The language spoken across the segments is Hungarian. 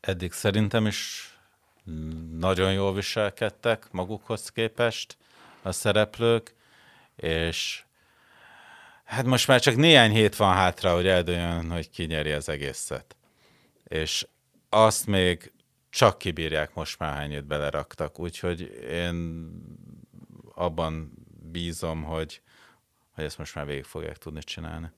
eddig szerintem is nagyon jól viselkedtek magukhoz képest a szereplők, és hát most már csak néhány hét van hátra, hogy eldőljön, hogy ki nyeri az egészet. És azt még csak kibírják most már, hányit beleraktak. Úgyhogy én abban bízom, hogy ezt most már végig fogják tudni csinálni.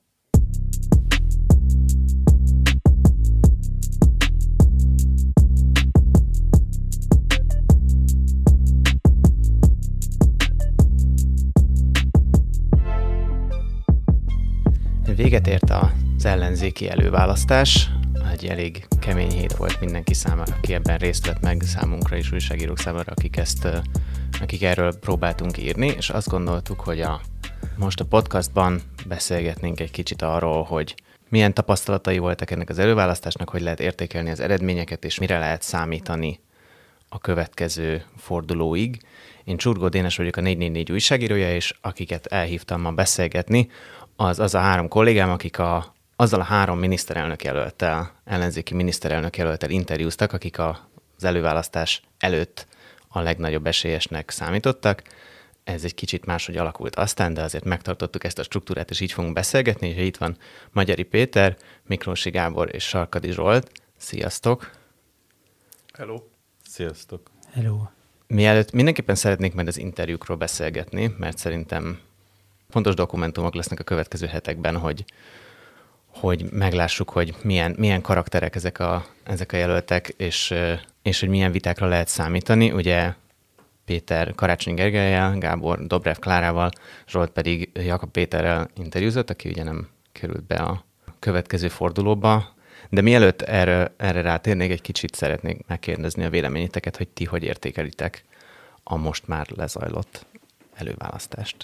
Véget ért az ellenzéki előválasztás. Egy elég kemény hét volt mindenki számára, aki ebben részt vett, meg számunkra is, újságírók számára, akik erről próbáltunk írni, és azt gondoltuk, hogy most a podcastban beszélgetnénk egy kicsit arról, hogy milyen tapasztalatai voltak ennek az előválasztásnak, hogy lehet értékelni az eredményeket, és mire lehet számítani a következő fordulóig. Én Csurgó Dénes vagyok, a 444 újságírója, és akiket elhívtam ma beszélgetni, az a három kollégám, akik azzal a három miniszterelnök jelölttel, ellenzéki miniszterelnök jelölttel interjúztak, akik az előválasztás előtt a legnagyobb esélyesnek számítottak. Ez egy kicsit máshogy alakult aztán, de azért megtartottuk ezt a struktúrát, és így fogunk beszélgetni, és itt van Magyari Péter, Miklósi Gábor és Sarkadi Zsolt. Sziasztok! Hello! Sziasztok! Hello! Mielőtt mindenképpen szeretnék majd az interjúkról beszélgetni, mert szerintem fontos dokumentumok lesznek a következő hetekben, hogy meglássuk, hogy milyen karakterek ezek a jelöltek, és hogy milyen vitákra lehet számítani. Ugye Péter Karácsony Gergellyel, Gábor Dobrev Klárával, Zsolt pedig Jakab Péterrel interjúzott, aki ugye nem került be a következő fordulóba. De mielőtt erre rátérnék, egy kicsit szeretnék megkérdezni a véleményeteket, hogy ti hogy értékelitek a most már lezajlott előválasztást.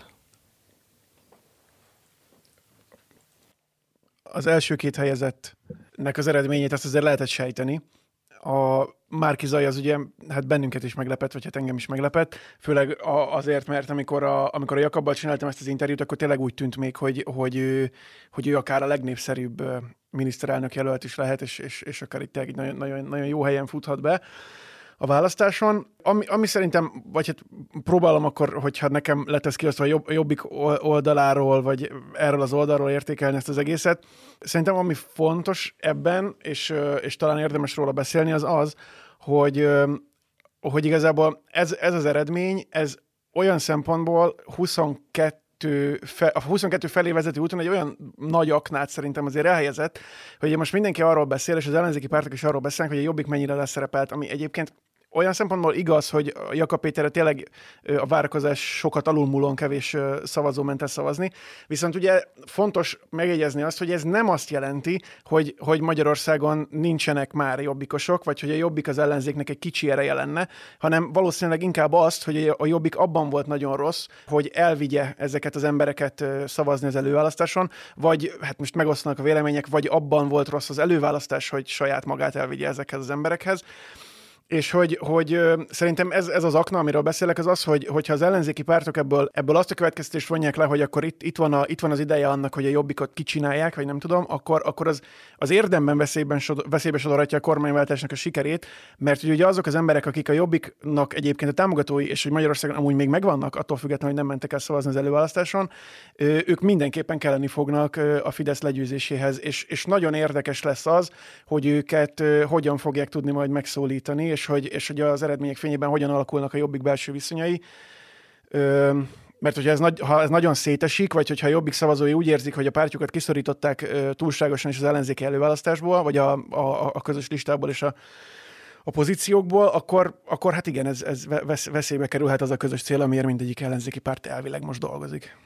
Az első két helyezettnek az eredményét azt azért lehetett sejteni. A Márki Zaj az ugye hát bennünket is meglepett, vagy hát engem is meglepett, főleg azért, mert amikor a Jakabbal csináltam ezt az interjút, akkor tényleg úgy tűnt még, hogy ő akár a legnépszerűbb miniszterelnök jelölt is lehet, és akár itt egy nagyon, nagyon jó helyen futhat be a választáson. Ami szerintem, vagy hát próbálom akkor, hogyha nekem letesz ki azt, a Jobbik oldaláról, vagy erről az oldalról értékelni ezt az egészet. Szerintem ami fontos ebben, és talán érdemes róla beszélni, az, hogy igazából ez az eredmény, ez olyan szempontból 22 felé vezető úton egy olyan nagy aknát szerintem azért elhelyezett, hogy most mindenki arról beszél, és az ellenzéki pártok is arról beszélnek, hogy a Jobbik mennyire leszerepelt, ami egyébként olyan szempontból igaz, hogy Jakab Péterre tényleg a várakozás sokat alulmúlóan kevés szavazó ment el szavazni. Viszont ugye fontos megjegyezni azt, hogy ez nem azt jelenti, hogy Magyarországon nincsenek már jobbikosok, vagy hogy a Jobbik az ellenzéknek egy kicsi ereje lenne, hanem valószínűleg inkább azt, hogy a Jobbik abban volt nagyon rossz, hogy elvigye ezeket az embereket szavazni az előválasztáson, vagy hát most megosztanak a vélemények, vagy abban volt rossz az előválasztás, hogy saját magát elvigye ezekhez az emberekhez. És hogy szerintem ez az akna, amiről beszélek, az, hogyha az ellenzéki pártok ebből azt a következtetést vonják le, hogy akkor itt van az ideje annak, hogy a Jobbikot kicsinálják, vagy nem tudom, akkor az érdemben veszélybe sodorhatja a kormányváltásnak a sikerét, mert ugye azok az emberek, akik a Jobbiknak egyébként a támogatói, és hogy Magyarországon amúgy még megvannak, attól függetlenül, hogy nem mentek el szavazni az előválasztáson, ők mindenképpen kelleni fognak a Fidesz legyőzéséhez, és nagyon érdekes lesz az, hogy őket hogyan fogják tudni majd megszólítani, és hogy az eredmények fényében hogyan alakulnak a Jobbik belső viszonyai. Mert hogyha ha ez nagyon szétesik, vagy hogyha a Jobbik szavazói úgy érzik, hogy a pártjukat kiszorították túlságosan is az ellenzéki előválasztásból, vagy a közös listából és a pozíciókból, akkor hát igen, ez veszélybe kerülhet az a közös cél, amiért mindegyik ellenzéki párt elvileg most dolgozik.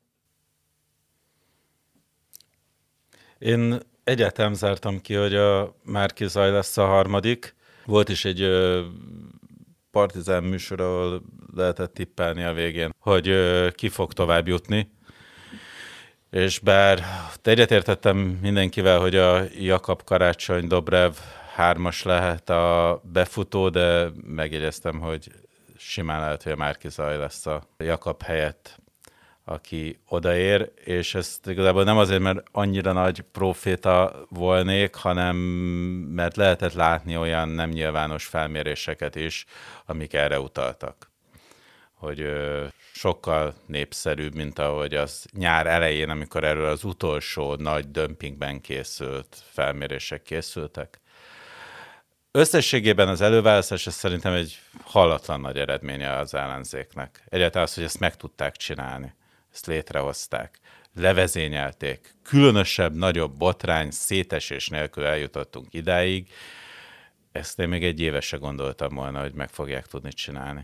Én egyáltalán zártam ki, hogy a Márki Zaj lesz a harmadik. Volt is egy Partizán műsor, ahol lehetett tippelni a végén, hogy ki fog tovább jutni. És bár egyetértettem mindenkivel, hogy a Jakab Karácsony Dobrev 3-as lehet a befutó, de megjegyeztem, hogy simán lehet, hogy a Márki Zaj lesz a Jakab helyett aki odaér, és ezt igazából nem azért, mert annyira nagy proféta volnék, hanem mert lehetett látni olyan nem nyilvános felméréseket is, amik erre utaltak. Hogy sokkal népszerűbb, mint ahogy az nyár elején, amikor erről az utolsó nagy dömpingben készült felmérések készültek. Összességében az előválasztás szerintem egy hallatlan nagy eredménye az ellenzéknek. Egyáltalán az, hogy ezt meg tudták csinálni. Ezt létrehozták, levezényelték, különösebb, nagyobb botrány, szétesés nélkül eljutottunk idáig. Ezt én még egy éve se gondoltam volna, hogy meg fogják tudni csinálni.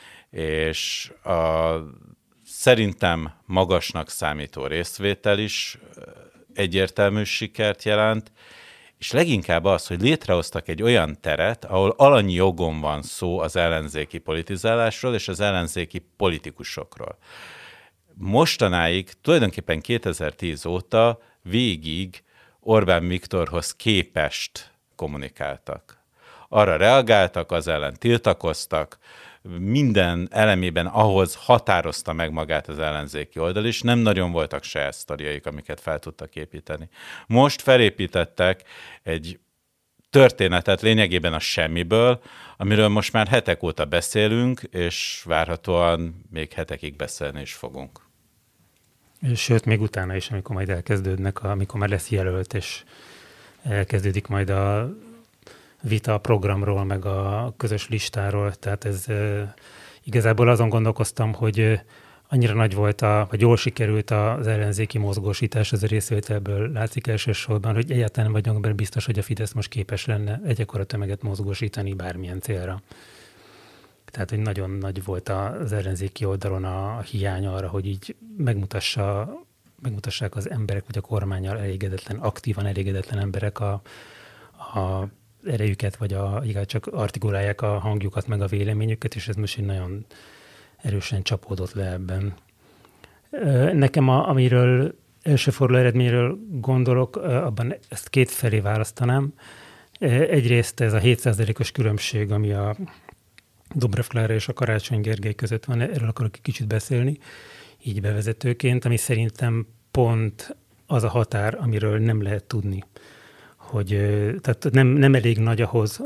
És szerintem magasnak számító részvétel is egyértelmű sikert jelent, és leginkább az, hogy létrehoztak egy olyan teret, ahol alanyi jogon van szó az ellenzéki politizálásról és az ellenzéki politikusokról. Mostanáig, tulajdonképpen 2010 óta végig Orbán Viktorhoz képest kommunikáltak. Arra reagáltak, az ellen tiltakoztak, minden elemében ahhoz határozta meg magát az ellenzéki oldal, és nem nagyon voltak saját sztoriaik, amiket fel tudtak építeni. Most felépítettek egy történetet lényegében a semmiből, amiről most már hetek óta beszélünk, és várhatóan még hetekig beszélni is fogunk. Sőt, még utána is, amikor majd elkezdődnek, amikor már lesz jelölt, és elkezdődik majd a vita a programról, meg a közös listáról. Tehát ez igazából azon gondolkoztam, hogy annyira nagy volt, vagy jól sikerült az ellenzéki mozgósítás az a részvételből látszik elsősorban, hogy egyáltalán nem vagyunk benne biztos, hogy a Fidesz most képes lenne egy ekkora tömeget mozgósítani bármilyen célra. Tehát, hogy nagyon nagy volt az ellenzéki oldalon a hiány arra, hogy így megmutassák az emberek, vagy a kormánnyal aktívan elégedetlen emberek a erejüket, vagy csak artikulálják a hangjukat, meg a véleményüket, és ez most így nagyon erősen csapódott le ebben. Nekem, amiről elsőforduló eredményről gondolok, abban ezt két felé választanám. Egyrészt ez a 7%-os különbség, ami a Dobrev Klára és a Karácsony Gergely között van, erről akarok egy kicsit beszélni, így bevezetőként, ami szerintem pont az a határ, amiről nem lehet tudni. Tehát nem elég nagy ahhoz,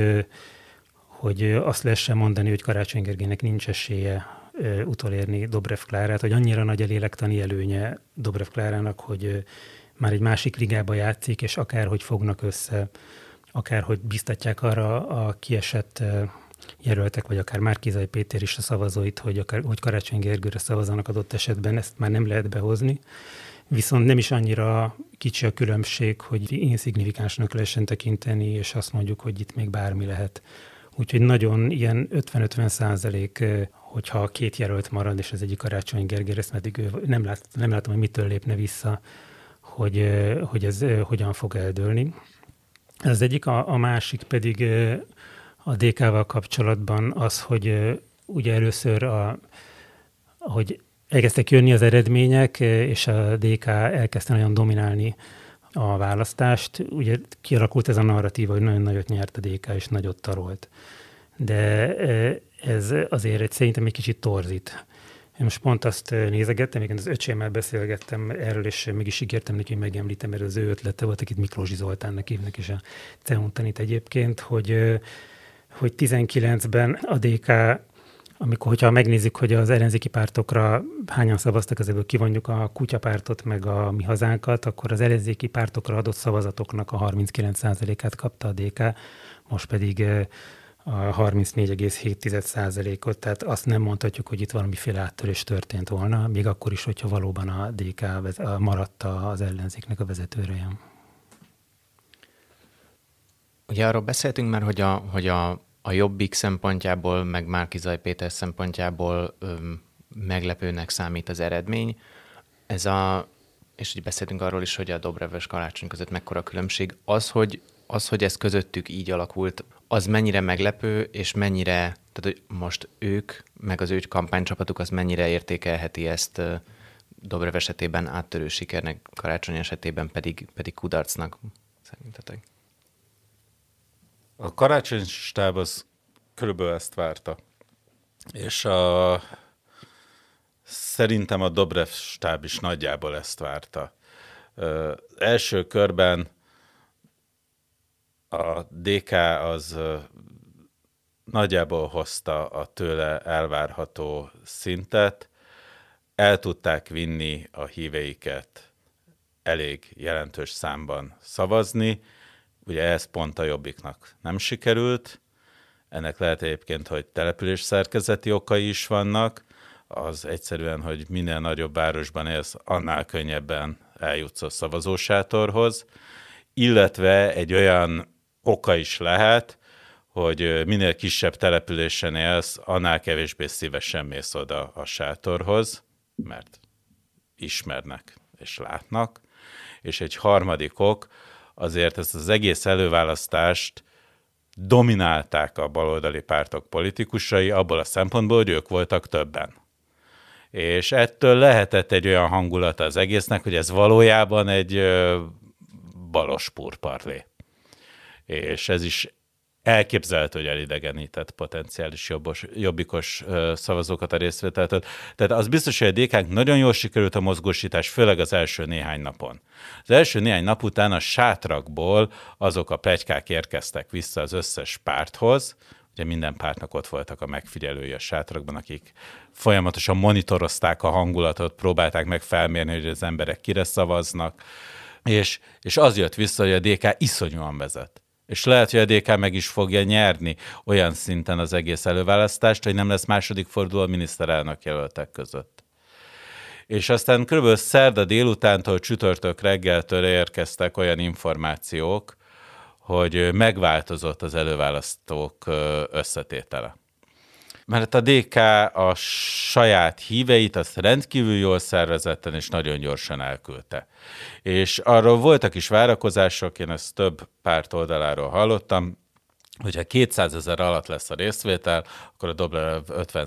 hogy azt lehessen mondani, hogy Karácsony Gergelynek nincs esélye utolérni Dobrev Klárát, hogy annyira nagy a lélektani előnye Dobrev Klárának, hogy már egy másik ligába játszik, és akárhogy fognak össze, akárhogy biztatják arra a kiesett jelöltek, vagy akár Márki-Zay Péter is a szavazóit, hogy Karácsony Gergelyre szavazanak adott esetben, ezt már nem lehet behozni. Viszont nem is annyira kicsi a különbség, hogy inszignifikánsnak lehessen tekinteni, és azt mondjuk, hogy itt még bármi lehet. Úgyhogy nagyon ilyen 50-50%, hogyha két jelölt marad, és az egyik Karácsony Gergely, ezt meddig nem látom, hogy mitől lépne vissza, hogy ez hogyan fog eldőlni. Ez az egyik, a másik pedig a DK-val kapcsolatban az, hogy ugye először, hogy elkezdtek jönni az eredmények, és a DK elkezdte nagyon dominálni a választást. Ugye kialakult ez a narratíva, hogy nagyon nagyot nyert a DK, és nagyot tarolt. De ez azért szerintem egy kicsit torzít. Én most pont azt nézegettem, igen, az öcsémmel beszélgettem erről, és mégis ígértem neki, hogy megemlítem, mert az ő ötlete volt, akit Miklósi Zoltánnak hívnak, és a CEUN tanít egyébként, hogy 19-ben a DK, hogyha megnézzük, hogy az ellenzéki pártokra hányan szavaztak, ebből kivonjuk a Kutyapártot, meg a Mi Hazánkat, akkor az ellenzéki pártokra adott szavazatoknak a 39%-át kapta a DK, most pedig a 34,7%-ot, tehát azt nem mondhatjuk, hogy itt valamiféle áttörés történt volna, még akkor is, hogyha valóban a DK maradt az ellenzéknek a vezetőreje. Ugye arról beszéltünk már, hogy a Jobbik szempontjából, meg Márki-Zay Péter szempontjából meglepőnek számít az eredmény. És így beszéltünk arról is, hogy a Dobrev és Karácsony között mekkora különbség. Az, hogy ez közöttük így alakult, az mennyire meglepő, és mennyire, tehát hogy most ők, meg az ő kampánycsapatuk, az mennyire értékelheti ezt Dobrev esetében áttörő sikernek, Karácsony esetében pedig kudarcnak, szerintetek? A Karácsony stáb az körülbelül ezt várta. És Szerintem a Dobrev stáb is nagyjából ezt várta. Első körben a DK az nagyjából hozta a tőle elvárható szintet, el tudták vinni a híveiket elég jelentős számban szavazni, ugye ez pont a Jobbiknak nem sikerült, ennek lehet egyébként, hogy település szerkezeti okai is vannak, az egyszerűen, hogy minél nagyobb városban élsz, annál könnyebben eljutsz a szavazósátorhoz, illetve egy olyan oka is lehet, hogy minél kisebb településen élsz, annál kevésbé szívesen mész oda a sátorhoz, mert ismernek és látnak. És egy harmadik ok, azért ezt az egész előválasztást dominálták a baloldali pártok politikusai abból a szempontból, hogy ők voltak többen. És ettől lehetett egy olyan hangulata az egésznek, hogy ez valójában egy balos purparlé. És ez is elképzelhető, hogy elidegenített potenciális jobbikos szavazókat a részvételtől. Tehát az biztos, hogy a DK-nk nagyon jól sikerült a mozgósítás, főleg az első néhány napon. Az első néhány nap után a sátrakból azok a pletykák érkeztek vissza az összes párthoz, ugye minden pártnak ott voltak a megfigyelői a sátrakban, akik folyamatosan monitorozták a hangulatot, próbálták meg felmérni, hogy az emberek kire szavaznak, és az jött vissza, hogy a DK iszonyúan vezet. És lehet, hogy a DK meg is fogja nyerni olyan szinten az egész előválasztást, hogy nem lesz második forduló a miniszterelnök jelöltek között. És aztán kb. Szerda délutántól csütörtök reggeltől érkeztek olyan információk, hogy megváltozott az előválasztók összetétele. Mert a DK a saját híveit azt rendkívül jól szervezetten és nagyon gyorsan elküldte. És arról voltak is várakozások, én ezt több párt oldaláról hallottam, hogyha 200 000 alatt lesz a részvétel, akkor a Dobrev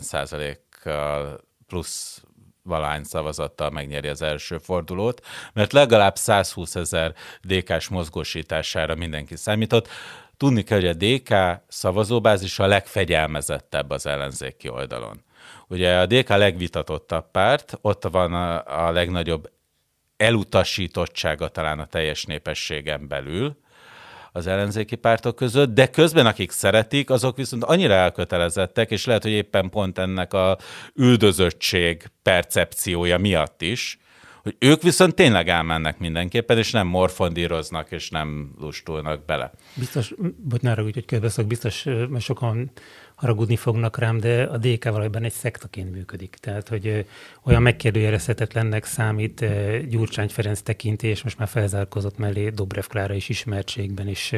50%-kal plusz valány szavazattal megnyeri az első fordulót, mert legalább 120 000 DK-s mozgósítására mindenki számított. Tudni kell, hogy a DK szavazóbázisa a legfegyelmezettebb az ellenzéki oldalon. Ugye a DK legvitatottabb párt, ott van a legnagyobb elutasítottsága talán a teljes népességen belül az ellenzéki pártok között, de közben akik szeretik, azok viszont annyira elkötelezettek, és lehet, hogy éppen pont ennek a üldözöttség percepciója miatt is, hogy ők viszont tényleg elmennek mindenképpen, és nem morfondíroznak, és nem lustulnak bele. Biztos, ne haragudj, hogy közbeszok, biztos, mert sokan haragudni fognak rám, de a DK valójában egy szektaként működik. Tehát, hogy olyan megkérdőjelezhetetlennek számít Gyurcsány Ferenc tekintély, és most már felzárkózott mellé Dobrev Klára is ismertségben, és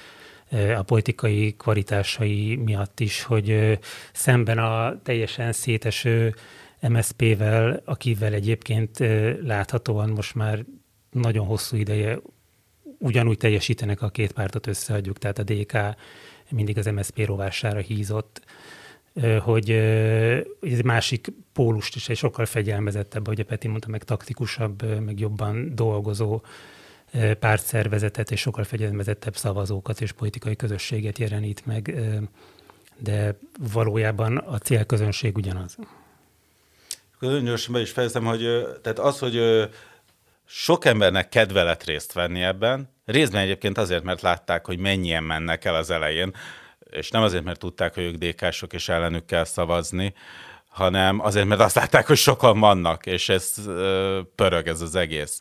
a politikai kvalitásai miatt is, hogy szemben a teljesen széteső MSZP-vel, akivel egyébként láthatóan most már nagyon hosszú ideje ugyanúgy teljesítenek, a két pártot összeadjuk, tehát a DK mindig az MSZP rovására hízott, hogy egy másik pólust is egy sokkal fegyelmezettebb, ahogy a Peti mondta, meg taktikusabb, meg jobban dolgozó pártszervezetet és sokkal fegyelmezettebb szavazókat és politikai közösséget jelenít meg, de valójában a célközönség ugyanaz. Nagyon gyorsan be is fejezem, hogy tehát az, hogy sok embernek kedve lett részt venni ebben, részben egyébként azért, mert látták, hogy mennyien mennek el az elején, és nem azért, mert tudták, hogy ők DK-sok és ellenük kell szavazni, hanem azért, mert azt látták, hogy sokan vannak, és ez pörög ez az egész.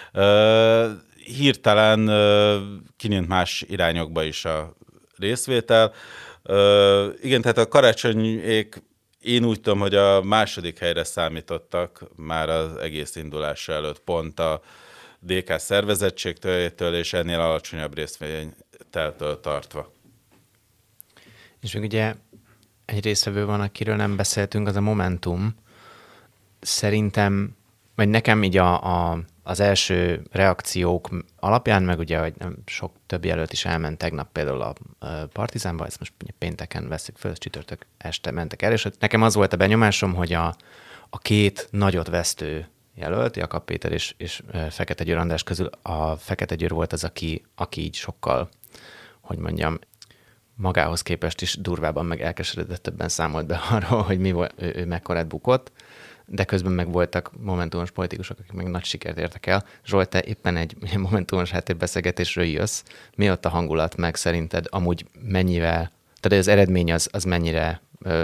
Hirtelen kinyílt más irányokba is a részvétel. Igen, tehát a karácsonyék, én úgy tudom, hogy a második helyre számítottak már az egész indulása előtt, pont a DK szervezettségtől és ennél alacsonyabb részvényteltől tartva. És még ugye egy résztvevő van, akiről nem beszéltünk, az a Momentum. Szerintem, vagy nekem így az első reakciók alapján, meg ugye, hogy sok több jelölt is elment tegnap például a Partizánba, ezt most pénteken veszik föl, csütörtök este mentek el, és nekem az volt a benyomásom, hogy a két nagyot vesztő jelölt, Jakab Péter és Fekete Győr András közül a Fekete Győr volt az, aki így sokkal, hogy mondjam, magához képest is durvában meg elkeseredettöbben számolt be arról, hogy ő mekkorát bukott. de közben meg voltak momentumos politikusok, akik meg nagy sikert értek el. Zsolt, te éppen egy momentumos háttérbeszélgetésről jössz. Mi ott a hangulat, meg szerinted amúgy mennyivel, tehát az eredmény az mennyire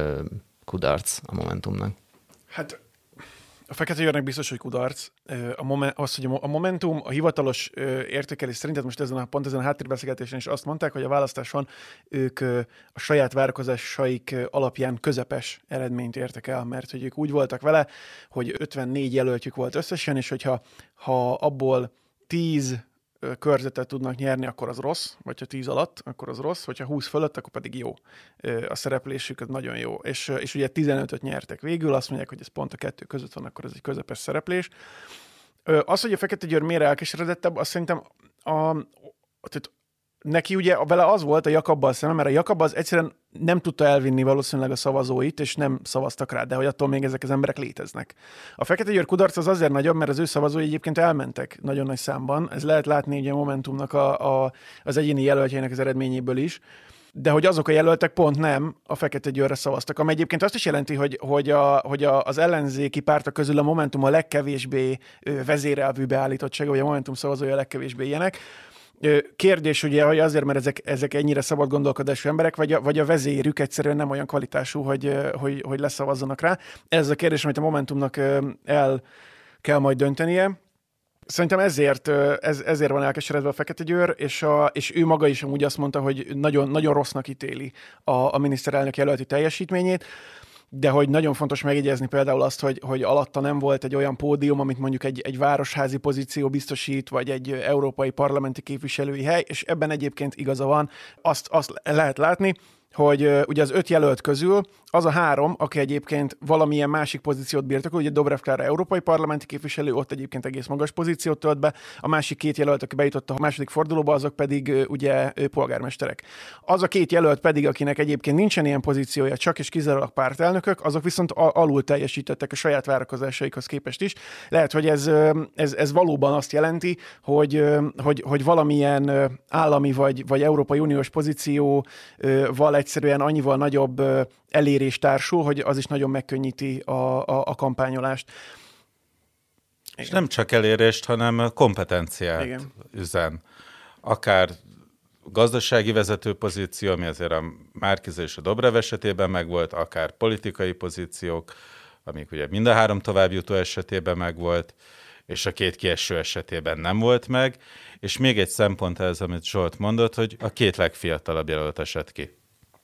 kudarc a Momentumnak? Hát a Fekete Győrnek biztos, hogy kudarc. Hogy a Momentum, a hivatalos értékelés szerint, most pont ezen a háttérbeszélgetésen is azt mondták, hogy a választáson ők a saját várakozásaik alapján közepes eredményt értek el, mert hogy ők úgy voltak vele, hogy 54 jelöltjük volt összesen, és hogyha abból 10 körzetet tudnak nyerni, akkor az rossz, vagy ha 10 alatt, akkor az rossz, hogyha 20 fölött, akkor pedig jó. A szereplésük az nagyon jó. És ugye 15-öt nyertek végül, azt mondják, hogy ez pont a kettő között van, akkor ez egy közepes szereplés. Az, hogy a Fekete Győr miért elkeseredettebb, azt szerintem tehát neki ugye vele az volt a Jakabbal szemben, mert a Jakab az egyszerűen nem tudta elvinni valószínűleg a szavazóit, és nem szavaztak rá, de hogy attól még ezek az emberek léteznek. A Fekete Győr kudarc az azért nagyobb, mert az ő szavazói egyébként elmentek nagyon nagy számban. Ez lehet látni ugye a Momentumnak az egyéni jelöltjeinek az eredményéből is. De hogy azok a jelöltek pont nem a Fekete Győrre szavaztak, ami egyébként azt is jelenti, hogy az ellenzéki pártok közül a Momentum a legkevésbé vezérelvű beállítottsága, vagy a Momentum szavazója a legkevésbé ilyenek. Kérdés ugye, hogy azért, mert ezek ennyire szabad gondolkodású emberek, vagy a vezérük egyszerűen nem olyan kvalitású, hogy leszavazzanak rá. Ez a kérdés, amit a Momentumnak el kell majd döntenie. Szerintem ezért van elkeseredve a Fekete Győr, és ő maga is amúgy azt mondta, hogy nagyon, nagyon rossznak ítéli a miniszterelnök jelölti teljesítményét, de hogy nagyon fontos megjegyezni például azt, hogy alatta nem volt egy olyan pódium, amit mondjuk egy városházi pozíció biztosít, vagy egy európai parlamenti képviselői hely, és ebben egyébként igaza van. Azt lehet látni, hogy ugye az 5 jelölt közül az a 3, aki egyébként valamilyen másik pozíciót birtokol, ugye Dobrev Klára európai parlamenti képviselő, ott egyébként egész magas pozíciót tölt be, a másik 2 jelölt, aki bejutott a második fordulóba, azok pedig ugye polgármesterek. Az a 2 jelölt pedig, akinek egyébként nincsen ilyen pozíciója, csak és kizárólag pártelnökök, azok viszont alul teljesítettek a saját várakozásaikhoz képest is. Lehet, hogy ez valóban azt jelenti, hogy valamilyen állami vagy Európai Uniós pozícióval egyszerűen annyival nagyobb elérés társul, hogy az is nagyon megkönnyíti a kampányolást. És nem csak elérést, hanem kompetenciát üzen. Akár gazdasági vezető pozíció, ami azért a Márki-Zay és a Dobrev esetében megvolt, akár politikai pozíciók, amik ugye mind a 3 továbbjutó esetében megvolt, és a 2 kieső esetében nem volt meg. És még egy szempont ez, amit Zsolt mondott, hogy a 2 legfiatalabb jelölt esett ki.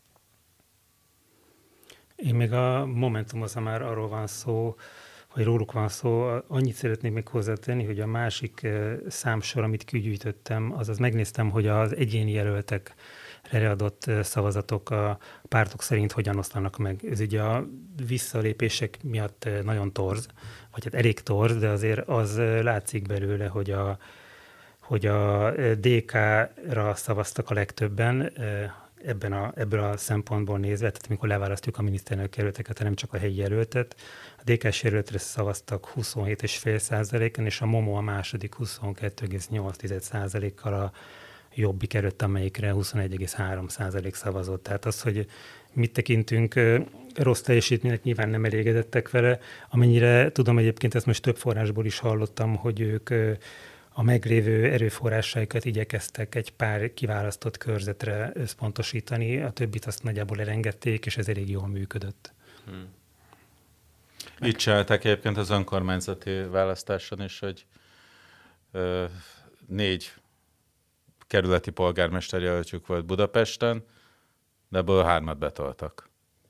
Én még a Momentumhoz már arról van szó, vagy róluk van szó, annyit szeretnék még hozzátenni, hogy a másik számsor, amit kigyűjtöttem, azaz megnéztem, hogy az egyéni jelöltekre adott szavazatok a pártok szerint hogyan oszlanak meg. Ez ugye a visszalépések miatt nagyon torz, vagy hát elég torz, de azért az látszik belőle, hogy a DK-ra szavaztak a legtöbben, ebből a szempontból nézve, tehát amikor leválasztjuk a miniszterelnök jelölteket, hanem csak a helyi jelöltet, a DK-s jelöltre szavaztak 27,5%-en, és a MOMO a második 22,8%-kal a Jobbik előtt, amelyikre 21,3% szavazott. Tehát az, hogy mit tekintünk rossz teljesítménynek, nyilván nem elégedettek vele. Amennyire tudom, egyébként ezt most több forrásból is hallottam, hogy ők a meglévő erőforrásaikat igyekeztek egy pár kiválasztott körzetre összpontosítani, a többit azt nagyjából elengedték, és ez elég jól működött. Így csinálták egyébként az önkormányzati választáson is, hogy 4 kerületi polgármester jelöltjük volt Budapesten, de ebből 3-at betoltak.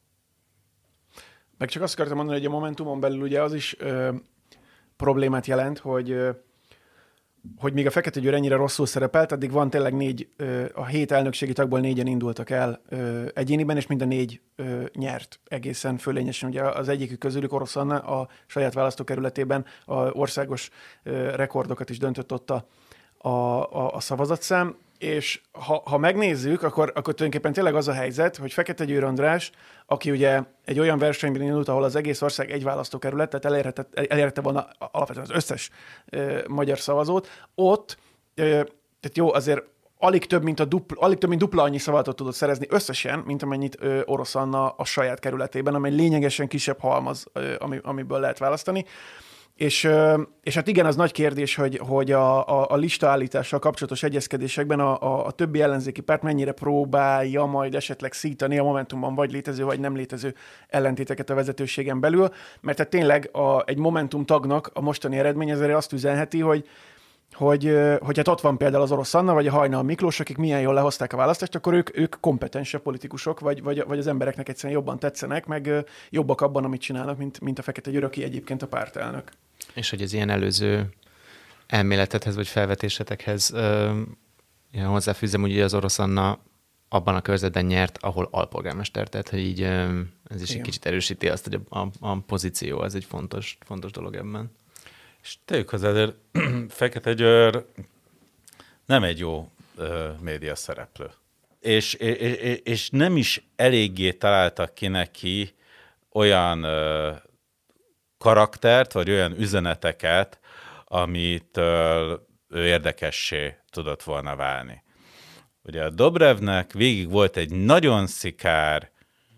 Meg csak azt akartam mondani, hogy a Momentumon belül ugye az is problémát jelent, hogy még a Fekete Győr ennyire rosszul szerepelt, addig van tényleg a 7 elnökségi tagból 4-en indultak el egyéniben, és mind a 4 nyert egészen fölényesen. Ugye az egyikük közülük, Orosz Anna, a saját választókerületében országos rekordokat is döntött ott a szavazatszám, és ha megnézzük, akkor tulajdonképpen tényleg az a helyzet, hogy Fekete Győr András, aki ugye egy olyan versenyben indult, ahol az egész ország egy választókerület, tehát elérhette volna alapvetően az összes magyar szavazót, ott, tehát jó, azért alig több mint dupla annyi szavazatot tudott szerezni összesen, mint amennyit Orosz Anna a saját kerületében, amely lényegesen kisebb halmaz, amiből lehet választani. És hát igen, az nagy kérdés, hogy a listaállítással kapcsolatos egyezkedésekben a többi ellenzéki párt mennyire próbálja majd esetleg szítani a Momentumban vagy létező, vagy nem létező ellentéteket a vezetőségen belül, mert hát tényleg egy Momentum tagnak a mostani eredmény azért azt üzenheti, hogy hát ott van például az Orosz Anna, vagy a Hajnal Miklós, akik milyen jól lehozták a választást, akkor ők kompetensebb politikusok, vagy az embereknek egyszerűen jobban tetszenek, meg jobbak abban, amit csinálnak, mint a Fekete Győr, aki egyébként a pártelnök. És hogy az ilyen előző elméletethez, vagy felvetésetekhez hozzáfűzem, ugye az Orosz Anna abban a körzetben nyert, ahol alpolgármester, tehát hogy így ez is egy kicsit erősíti azt, hogy a pozíció az egy fontos dolog ebben. És tegyük hozzá, azért Fekete nem egy jó média szereplő. És nem is eléggé találtak ki neki olyan karaktert, vagy olyan üzeneteket, amit ő érdekessé tudott volna válni. Ugye a Dobrevnek végig volt egy nagyon szikár,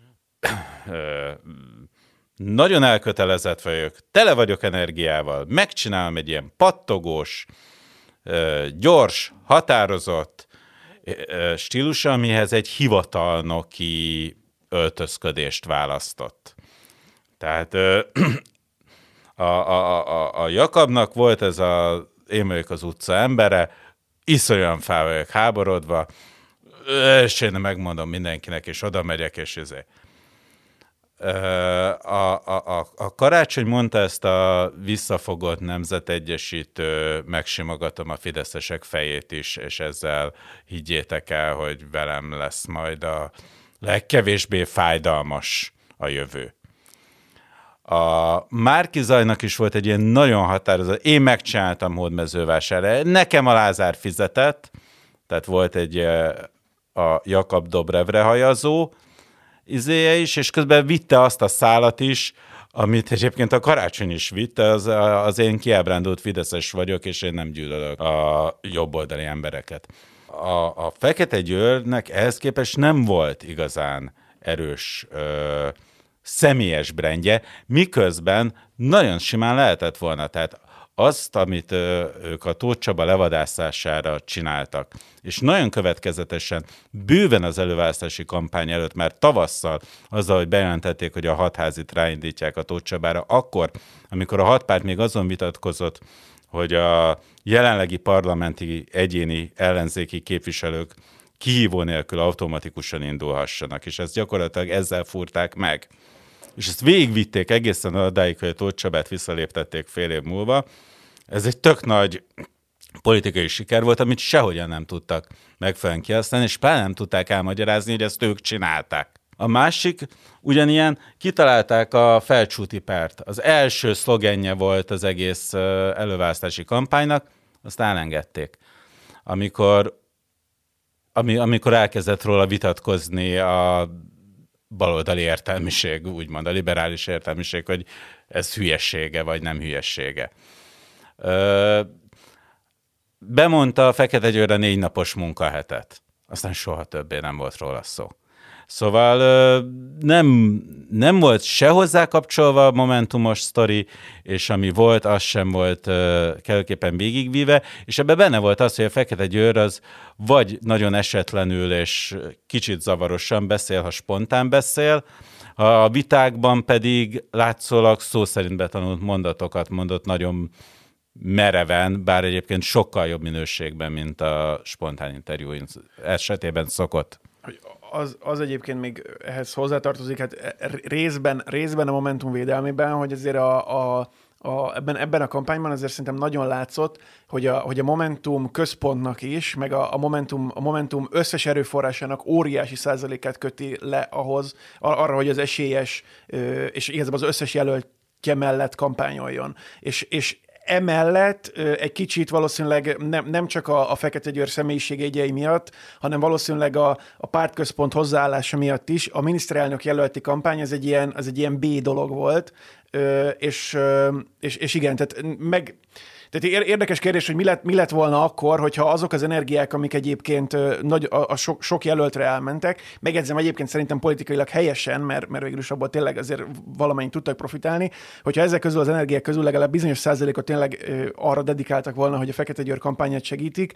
nagyon elkötelezett vagyok, tele vagyok energiával, megcsinálom egy ilyen pattogós, gyors, határozott stílus, amihez egy hivatalnoki öltözködést választott. Tehát a Jakabnak volt ez én vagyok az utca embere, iszonyan fel vagyok háborodva, és én megmondom mindenkinek, és oda megyek, és ezért. A Karácsony mondta ezt a visszafogott nemzetegyesítő, megsimogatom a fideszesek fejét is, és ezzel higgyétek el, hogy velem lesz majd a legkevésbé fájdalmas a jövő. A Márki Zajnak is volt egy ilyen nagyon határozott, én megcsináltam Hódmezővásárhelyre, nekem a Lázár fizetett, tehát volt egy a Jakab Dobrevre hajazó izéje is, és közben vitte azt a szálat is, amit egyébként a Karácsony is vitte, az én kiábrándult fideszes vagyok, és én nem gyűlölök a jobboldali embereket. A Fekete Győrnek ehhez képest nem volt igazán erős személyes brandje, miközben nagyon simán lehetett volna. Tehát azt, amit ők a Tóth Csaba levadászására csináltak, és nagyon következetesen, bőven az előválasztási kampány előtt, már tavasszal azzal, hogy bejelentették, hogy a 6 házit ráindítják a Tóth Csabára, akkor, amikor a 6 párt még azon vitatkozott, hogy a jelenlegi parlamenti egyéni ellenzéki képviselők kihívó nélkül automatikusan indulhassanak, és ezt gyakorlatilag ezzel fúrták meg. És ezt végigvitték egészen odáig, hogy a Tóth Csabát visszaléptették fél év múlva. Ez egy tök nagy politikai siker volt, amit sehogyan nem tudtak megfelelően kihasználni, és pár nem tudták elmagyarázni, hogy ezt ők csinálták. A másik, ugyanilyen, kitalálták a Felcsúti párt. Az első szlogenje volt az egész előválasztási kampánynak, azt elengedték. Amikor elkezdett róla vitatkozni a baloldali értelmiség, úgymond a liberális értelmiség, hogy ez hülyessége, vagy nem hülyessége. Bemondta a Fekete Győrre 4 napos munkahetet. Aztán soha többé nem volt róla szó. Szóval nem volt se hozzá kapcsolva a momentumos sztori, és ami volt, az sem volt kellőképpen végigvíve, és ebben benne volt az, hogy a Fekete Győr az vagy nagyon esetlenül és kicsit zavarosan beszél, ha spontán beszél, a vitákban pedig látszólag szó szerint betanult mondatokat mondott nagyon mereven, bár egyébként sokkal jobb minőségben, mint a spontán interjú esetében szokott. Az egyébként még ehhez hozzátartozik, hát részben a Momentum védelmében, hogy azért ebben a kampányban azért szerintem nagyon látszott, hogy a Momentum központnak is, meg a Momentum összes erőforrásának óriási százalékát köti le arra, hogy az esélyes, és igazából az összes jelöltje mellett kampányoljon. És emellett egy kicsit valószínűleg nem csak a Fekete Győr személyiségjegyei miatt, hanem valószínűleg a pártközpont hozzáállása miatt is a miniszterelnök jelölti kampány az egy ilyen B dolog volt, és igen, tehát Tehát érdekes kérdés, hogy mi lett volna akkor, hogyha azok az energiák, amik egyébként sok jelöltre elmentek, megjegyzem egyébként szerintem politikailag helyesen, mert végül is abból tényleg azért valamennyit tudtak profitálni, hogyha ezek közül az energiák közül legalább bizonyos százalékot tényleg arra dedikáltak volna, hogy a Fekete Győr kampányát segítik,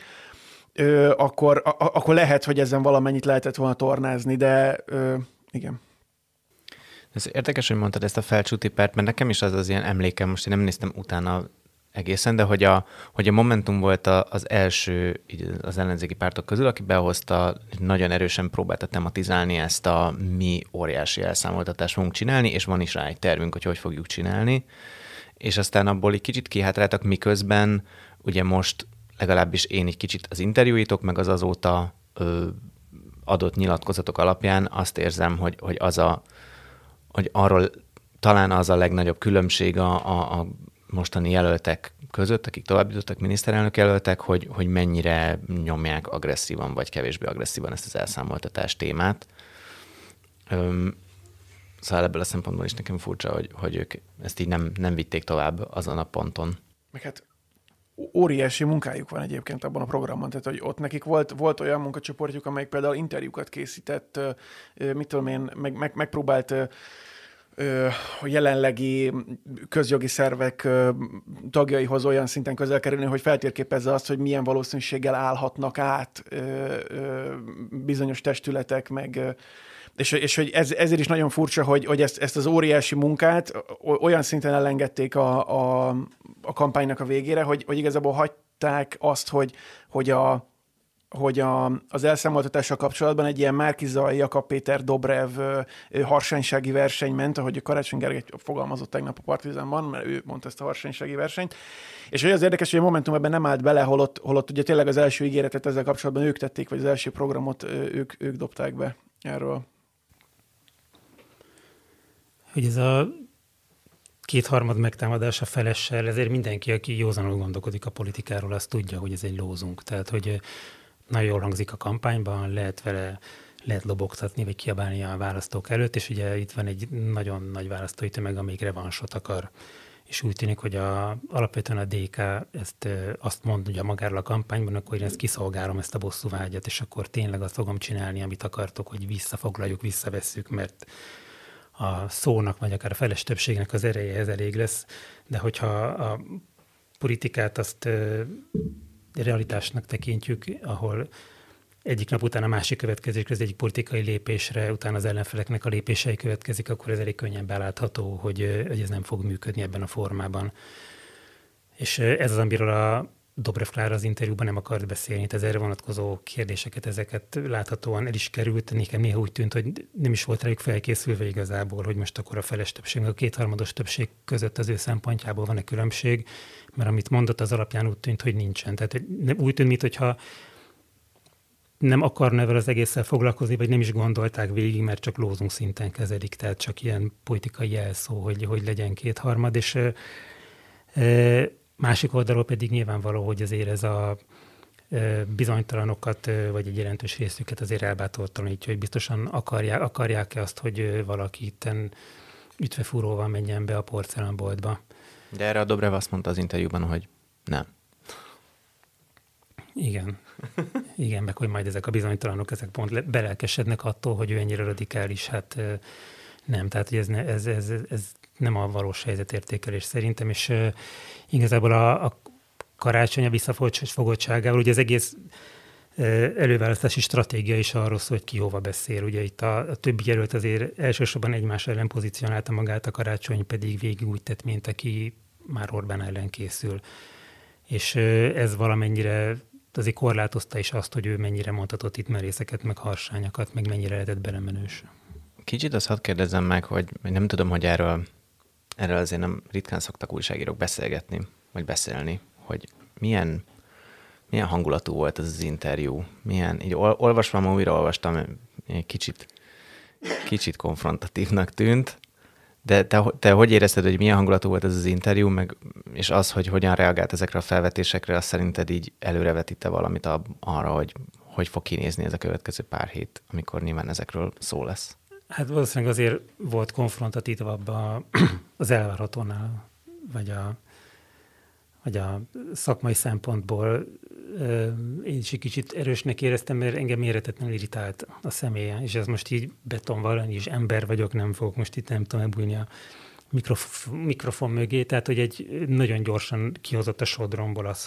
akkor lehet, hogy ezen valamennyit lehetett volna tornázni, de igen. Ez érdekes, hogy mondtad ezt a Felcsúti pert, mert nekem is az ilyen emlékem, most én nem néztem utána egészen, de hogy a Momentum volt az első az ellenzéki pártok közül, aki behozta, nagyon erősen próbálta tematizálni ezt a mi óriási elszámoltatást fogunk csinálni, és van is rá egy tervünk, hogy fogjuk csinálni, és aztán abból egy kicsit kihátráltak, miközben ugye most legalábbis én egy kicsit az interjúitok, meg az azóta adott nyilatkozatok alapján azt érzem, hogy hogy arról talán az a legnagyobb különbség a mostani jelöltek között, akik tovább jutottak miniszterelnök jelöltek, hogy mennyire nyomják agresszívan, vagy kevésbé agresszívan ezt az elszámoltatás témát. Szóval ebből a szempontból is nekem furcsa, hogy ők ezt így nem vitték tovább azon a ponton. Meg hát óriási munkájuk van egyébként abban a programban, tehát hogy ott nekik volt olyan munkacsoportjuk, amelyik például interjúkat készített, mit tudom én, megpróbált a jelenlegi közjogi szervek tagjaihoz olyan szinten közel kerülni, hogy feltérképezze azt, hogy milyen valószínűséggel állhatnak át bizonyos testületek, és hogy ezért is nagyon furcsa, hogy ezt az óriási munkát olyan szinten elengedték a kampánynak a végére, hogy igazából hagyták azt, hogy az elszámoltatással kapcsolatban egy ilyen Márki-Zay, Jakab Péter, Dobrev harsánysági verseny ment, ahogy Karácsony Gergely fogalmazott tegnap a Partizánban, mert ő mondta ezt a harsánysági versenyt. És hogy az érdekes, hogy a Momentum ebben nem állt bele, holott ugye tényleg az első ígéretet ezzel kapcsolatban ők tették, vagy az első programot ők dobták be erről. Hogy ez a kétharmad megtámadása felessel, ezért mindenki, aki józanul gondolkodik a politikáról, azt tudja, hogy ez egy lózunk. Tehát, hogy nagyon jól hangzik a kampányban, lehet lobogtatni, vagy kiabálni a választók előtt, és ugye itt van egy nagyon nagy választói tömeg, amelyik revansot akar. És úgy tűnik, hogy alapvetően a DK azt mondja magáról a kampányban, akkor én ezt kiszolgálom, ezt a bosszúvágyat, és akkor tényleg azt fogom csinálni, amit akartok, hogy visszafoglaljuk, visszavesszük, mert a szónak, vagy akár a feles többségnek az ereje ez elég lesz, de hogyha a politikát azt realitásnak tekintjük, ahol egyik nap után a másik következik, az egyik politikai lépésre, utána az ellenfeleknek a lépései következik, akkor ez elég könnyen belátható, hogy ez nem fog működni ebben a formában. És ez az, amiről a Dobrev Klára az interjúban nem akart beszélni, tehát erre vonatkozó kérdéseket, ezeket láthatóan el is került. Nekem néha úgy tűnt, hogy nem is volt rájuk felkészülve igazából, hogy most akkor a feles többség, a kétharmados többség között az ő szempontjából van-e különbség, mert amit mondott, az alapján úgy tűnt, hogy nincsen. Tehát úgy tűnt, mintha nem akarna ezzel az egésszel foglalkozni, vagy nem is gondolták végig, mert csak lózunk szinten kezelik, tehát csak ilyen politikai jelszó, hogy legyen kétharmad, és másik oldalról pedig nyilvánvaló, hogy azért ez a bizonytalanokat, vagy egy jelentős részüket azért elbátortalanítja, hogy biztosan akarják-e azt, hogy valaki itten ütvefúróval menjen be a porcelánboltba. De erre a Dobrev azt mondta az interjúban, hogy nem. Igen, meg hogy majd ezek a bizonytalanok, ezek pont belelkesednek attól, hogy ő ennyire radikális, hát nem. Tehát hogy ez nem a valós helyzetértékelés szerintem, és igazából a Karácsony a visszafogottságával, ugye az egész előválasztási stratégia is arról szól, hogy ki hova beszél. Ugye itt a többi jelölt azért elsősorban egymás ellen pozícionálta magát, a Karácsony pedig végig úgy tett, mint aki már Orbán ellen készül. És ez valamennyire azért korlátozta is azt, hogy ő mennyire mondhatott itt merészeket, meg harsányokat, meg mennyire lehetett belemenős. Kicsit azt hadd kérdezzem meg, hogy nem tudom, hogy erről azért nem ritkán szoktak újságírók beszélgetni, vagy beszélni, hogy milyen hangulatú volt ez az interjú. Így olvasva, újraolvastam, kicsit konfrontatívnak tűnt, de te hogy érezted, hogy milyen hangulatú volt ez az interjú, és az, hogy hogyan reagált ezekre a felvetésekre, azt szerinted így előrevetítette valamit arra, hogy fog kinézni ez a következő pár hét, amikor nyilván ezekről szó lesz? Hát valószínűleg azért volt konfrontatívabb az elvárhatónál, vagy hogy a szakmai szempontból én is egy kicsit erősnek éreztem, mert engem méretetlenül irritált a személye, és ez most így betonvalani, és ember vagyok, nem fogok most itt nem tudom megbújni a mikrofon mögé, tehát hogy egy nagyon gyorsan kihozott a sodromból az,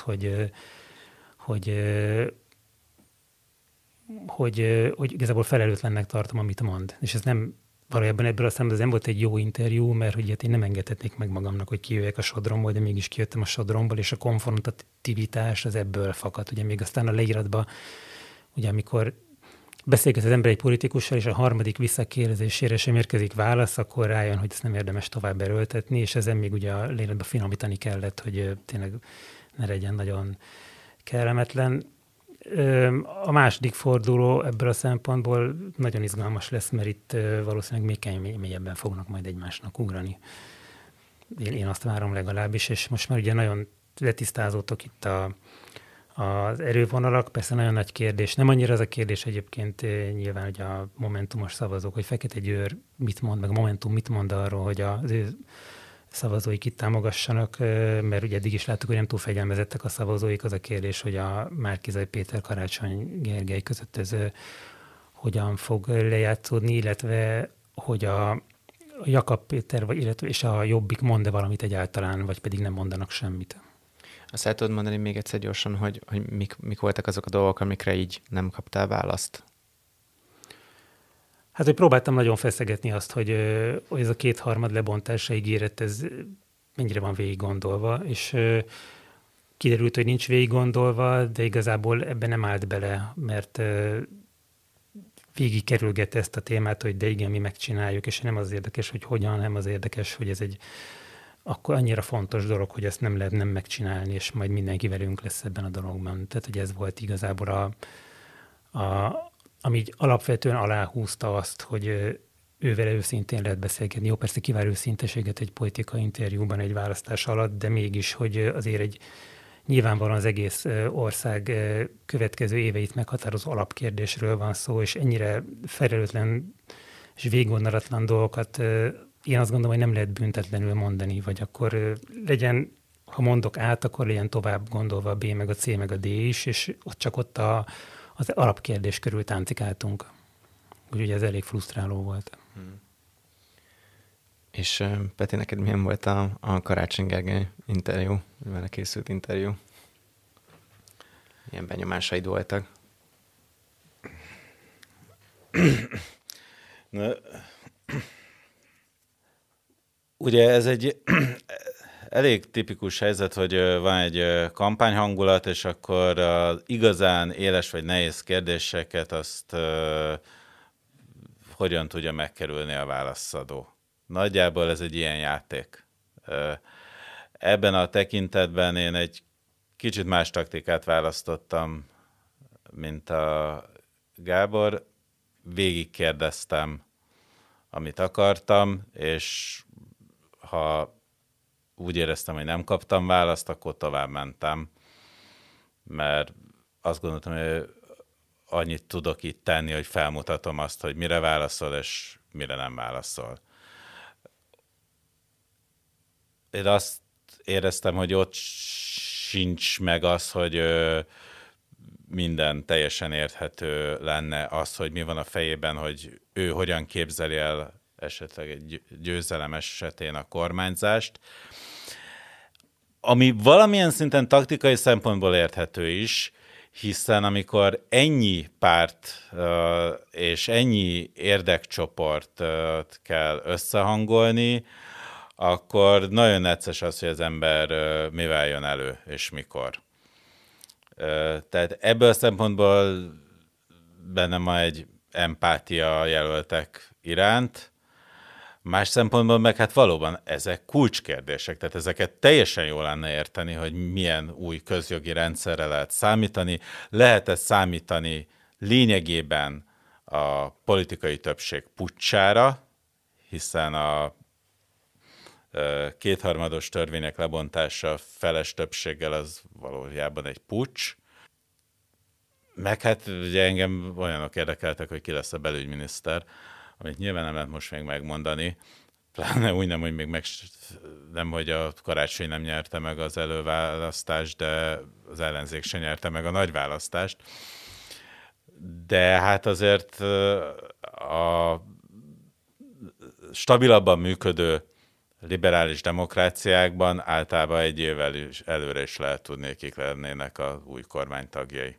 hogy igazából felelőtlennek tartom, amit mond. És ez nem valójában ebből a szemben ez nem volt egy jó interjú, mert hogy én nem engedhetnék meg magamnak, hogy kijöjjek a sodromból, de mégis kijöttem a sodromból, és a konfrontativitás az ebből fakadt. Ugye még aztán a leíratban, ugye amikor beszélget az ember egy politikussal, és a harmadik visszakérdezésére sem érkezik válasz, akkor rájön, hogy ezt nem érdemes tovább erőltetni, és ezen még ugye a leíratban finomítani kellett, hogy tényleg ne legyen nagyon kellemetlen. A második forduló ebből a szempontból nagyon izgalmas lesz, mert itt valószínűleg még mélyebben fognak majd egymásnak ugrani. Én azt várom legalábbis, és most már ugye nagyon letisztázódtok itt az erővonalak, persze nagyon nagy kérdés. Nem annyira az a kérdés egyébként nyilván, hogy a momentumos szavazók, hogy Fekete Győr mit mond, meg a Momentum mit mond arról, hogy az ő szavazóik itt támogassanak, mert ugye eddig is láttuk, hogy nem túl fegyelmezettek a szavazóik. Az a kérdés, hogy a Márki-Zay Péter, Karácsony Gergely között ez hogyan fog lejátszódni, illetve hogy a Jakab Péter illetve és a Jobbik mond-e valamit egyáltalán, vagy pedig nem mondanak semmit. Azt el tudod mondani még egyszer gyorsan, hogy mik voltak azok a dolgok, amikre így nem kaptál választ? Hát, hogy próbáltam nagyon feszegetni azt, hogy ez a 2/3 lebontása ígéret, ez mennyire van végig gondolva, és kiderült, hogy nincs végig gondolva, de igazából ebben nem állt bele, mert végig kerülgette ezt a témát, hogy de igen, mi megcsináljuk, és nem az érdekes, hogy hogyan, nem az érdekes, hogy ez egy akkor annyira fontos dolog, hogy ezt nem lehet nem megcsinálni, és majd mindenki velünk lesz ebben a dologban. Tehát, hogy ez volt igazából ami így alapvetően aláhúzta azt, hogy ővel őszintén lehet beszélgetni. Jó, persze kivár őszinteséget egy politikai interjúban egy választás alatt, de mégis, hogy azért egy nyilvánvalóan az egész ország következő éveit meghatározó alapkérdésről van szó, és ennyire felelőtlen és végiggondolatlan dolgokat én azt gondolom, hogy nem lehet büntetlenül mondani, vagy akkor legyen, ha mondok át, akkor legyen tovább gondolva a B, meg a C, meg a D is, és ott az alapkérdés körül táncikáltunk. Úgyhogy ez elég frusztráló volt. És Peti, neked milyen volt a Karácsony Gergely interjú, vele készült interjú? Milyen benyomásaid voltak? Ugye ez egy elég tipikus helyzet, hogy van egy kampányhangulat, és akkor az igazán éles vagy nehéz kérdéseket azt hogyan tudja megkerülni a válaszadó. Nagyjából ez egy ilyen játék. Ebben a tekintetben én egy kicsit más taktikát választottam, mint a Gábor. Végig kérdeztem, amit akartam, és ha úgy éreztem, hogy nem kaptam választ, akkor tovább mentem, mert azt gondoltam, hogy annyit tudok itt tenni, hogy felmutatom azt, hogy mire válaszol, és mire nem válaszol. Én azt éreztem, hogy ott sincs meg az, hogy minden teljesen érthető lenne az, hogy mi van a fejében, hogy ő hogyan képzeli el esetleg egy győzelem esetén a kormányzást, ami valamilyen szinten taktikai szempontból érthető is, hiszen amikor ennyi párt és ennyi érdekcsoport kell összehangolni, akkor nagyon necces az, hogy az ember mivel jön elő, és mikor. Tehát ebből a szempontból bennem van egy empátia jelöltek iránt. Más szempontból meg hát valóban ezek kulcskérdések, tehát ezeket teljesen jól lenne érteni, hogy milyen új közjogi rendszerre lehet számítani. Lehet-e számítani lényegében a politikai többség puccsára, hiszen a 2/3 törvények lebontása feles többséggel az valójában egy puccs. Meg hát ugye engem olyanok érdekeltek, hogy ki lesz a belügyminiszter, amit nyilván nem lehet most még megmondani, pláne úgy nem, hogy még nem, hogy a Karácsony nem nyerte meg az előválasztást, de az ellenzék se nyerte meg a nagyválasztást. De hát azért a stabilabban működő liberális demokráciákban általában egy évvel előre is lehet tudni, kik lennének az új kormány tagjai.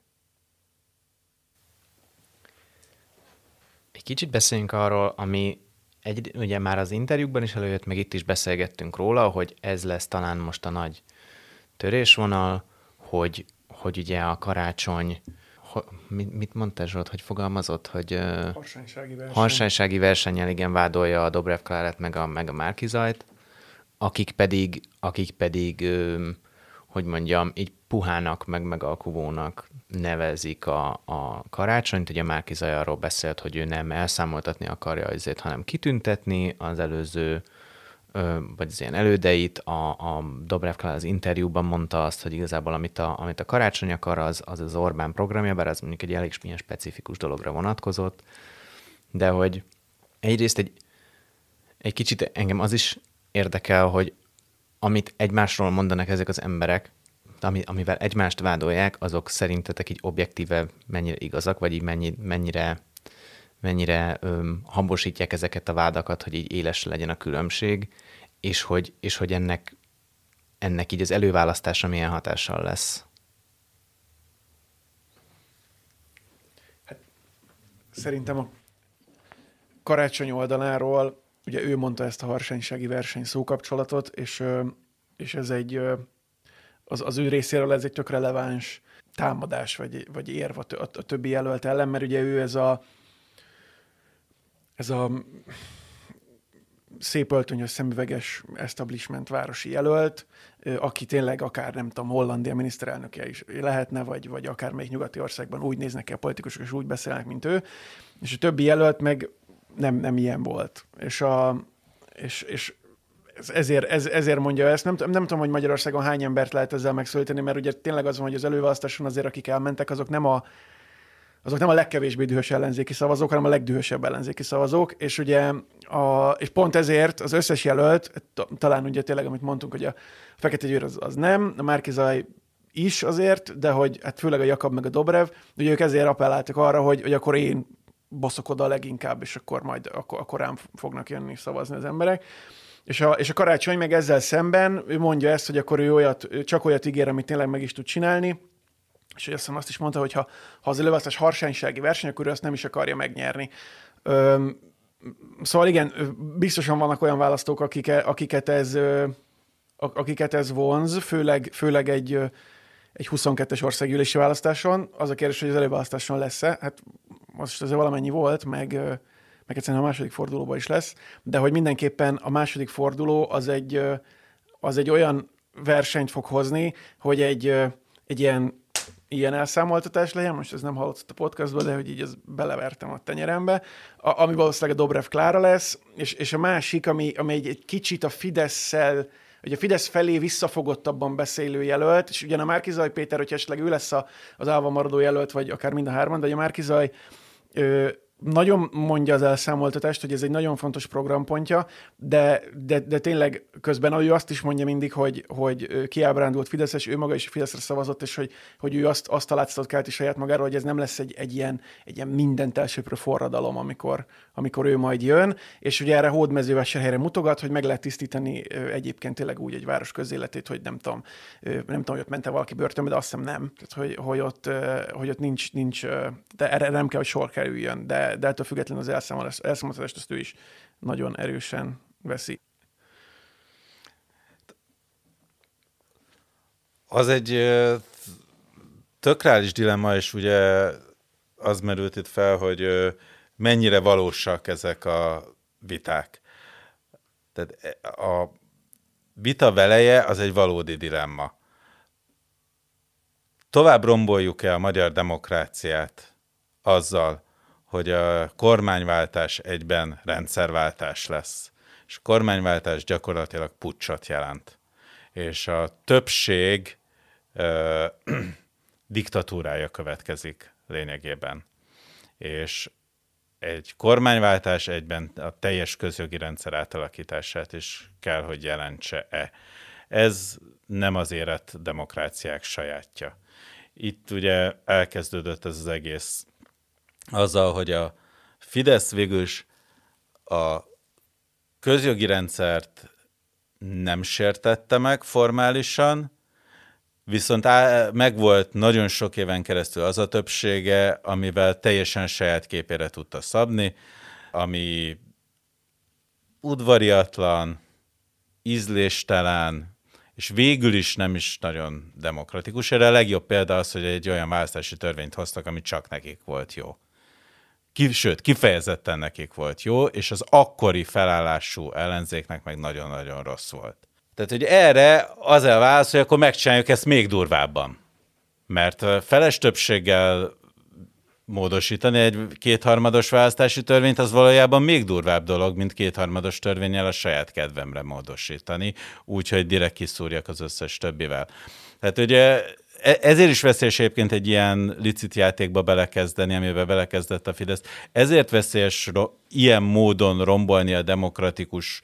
Egy kicsit beszéljünk arról, ami ugye már az interjúkban is előjött, meg itt is beszélgettünk róla, hogy ez lesz talán most a nagy törésvonal, hogy ugye a Karácsony, mit mondtál Zsolt, hogy fogalmazott, hogy harsánysági versennyel igen vádolja a Dobrev Klárát meg a Márki-Zajt, akik pedig hogy mondjam, így puhának, meg alkuvónak nevezik a Karácsonyt. Ugye Márki-Zaj arról beszélt, hogy ő nem elszámoltatni akarja azért, hanem kitüntetni az előző, vagy az ilyen elődeit. A Dobrev Klára az interjúban mondta azt, hogy igazából amit a Karácsony akar, az Orbán programja, bár az mondjuk egy elég milyen specifikus dologra vonatkozott, de hogy egyrészt egy kicsit engem az is érdekel, hogy amit egymásról mondanak ezek az emberek, amivel egymást vádolják, azok szerintetek így objektíve mennyire igazak, vagy így mennyire hambosítják ezeket a vádakat, hogy így éles legyen a különbség, és hogy ennek így az előválasztása milyen hatással lesz. Hát, szerintem a Karácsony oldaláról, ugye ő mondta ezt a harsánysági verseny szókapcsolatot, és ez az ő részéről ez egy tök releváns támadás, vagy érv a többi jelölt ellen, mert ugye ő ez a szép öltönyös, szemüveges establishment városi jelölt, aki tényleg akár, nem tudom, Hollandia miniszterelnöke is lehetne, vagy akármelyik nyugati országban úgy néznek ki a politikusok, és úgy beszélnek, mint ő, és a többi jelölt meg nem ilyen volt. És ezért mondja ezt. Nem tudom, hogy Magyarországon hány embert lehet ezzel megszólítani, mert ugye tényleg az van, hogy az előválasztáson azért, akik elmentek, azok nem a legkevésbé dühös ellenzéki szavazók, hanem a legdühösebb ellenzéki szavazók, és ugye és pont ezért az összes jelölt, talán ugye tényleg, amit mondtunk, hogy a Fekete Győr az nem, a Márki-Zaj is azért, de hogy hát főleg a Jakab meg a Dobrev, ugye ők ezért appelláltak arra, hogy akkor én baszok oda leginkább, és akkor majd akkor rám fognak jönni szavazni az emberek. És a Karácsony meg ezzel szemben, ő mondja ezt, hogy akkor ő csak olyat ígér, amit tényleg meg is tud csinálni, és azt is mondta, hogy ha az előválasztás harsánysági verseny, akkor ő azt nem is akarja megnyerni. Szóval igen, biztosan vannak olyan választók, akiket ez vonz, főleg egy 22-es országgyűlési választáson. Az a kérdés, hogy az előválasztáson lesz-e. Hát most azért valamennyi volt, meg egyszerűen a második fordulóban is lesz, de hogy mindenképpen a második forduló az egy olyan versenyt fog hozni, hogy egy ilyen elszámoltatás legyen, most ez nem hallott a podcastban, de hogy így ezt belevertem a tenyerembe, ami valószínűleg a Dobrev Klára lesz, és a másik, ami egy kicsit a Fidesz-szel, ugye a Fidesz felé visszafogottabban beszélő jelölt, és ugyan a Márki-Zaj Péter, hogyha esetleg ő lesz az állva maradó jelölt, vagy akár mind a hárman, de a Márki-Zaj nagyon mondja az elszámoltatást, hogy ez egy nagyon fontos programpontja, de tényleg közben ő azt is mondja mindig, hogy kiábrándult Fideszes, ő maga is Fideszre szavazott, és hogy ő azt a látszatot kelti saját magáról, hogy ez nem lesz egy ilyen mindent elsöprő forradalom, amikor ő majd jön, és ugye erre Hódmezővásárhelyre mutogat, hogy meg lehet tisztítani egyébként tényleg úgy egy város közéletét, hogy nem tudom, hogy ott ment-e valaki börtönbe, de azt hiszem nem. Tehát, hogy ott nincs, de erre nem kell, hogy sor kerüljön, de ettől függetlenül az elszámoltatást azt ő is nagyon erősen veszi. Az egy tök reális dilemma, és ugye az merült itt fel, hogy mennyire valósak ezek a viták. Tehát a vita veleje az egy valódi dilemma. Tovább romboljuk-e a magyar demokráciát azzal, hogy a kormányváltás egyben rendszerváltás lesz. És a kormányváltás gyakorlatilag puccsot jelent. És a többség diktatúrája következik lényegében. És egy kormányváltás egyben a teljes közjogi rendszer átalakítását is kell, hogy jelentse-e. Ez nem az érett demokráciák sajátja. Itt ugye elkezdődött ez az egész azzal, hogy a Fidesz végülis a közjogi rendszert nem sértette meg formálisan, viszont megvolt nagyon sok éven keresztül az a többsége, amivel teljesen saját képére tudta szabni, ami udvariatlan, ízléstelen, és végül is nem is nagyon demokratikus. Erre a legjobb példa az, hogy egy olyan választási törvényt hoztak, ami csak nekik volt jó. Sőt, kifejezetten nekik volt jó, és az akkori felállású ellenzéknek meg nagyon-nagyon rossz volt. Tehát, hogy erre az a válasz, hogy akkor megcsináljuk ezt még durvábban. Mert feles többséggel módosítani egy kétharmados választási törvényt, az valójában még durvább dolog, mint kétharmados törvénnyel a saját kedvemre módosítani, úgyhogy direkt kiszúrjak az összes többivel. Tehát ugye ezért is veszélyes egyébként egy ilyen licit játékba belekezdeni, amiben belekezdett a Fidesz. Ezért veszélyes ilyen módon rombolni a demokratikus,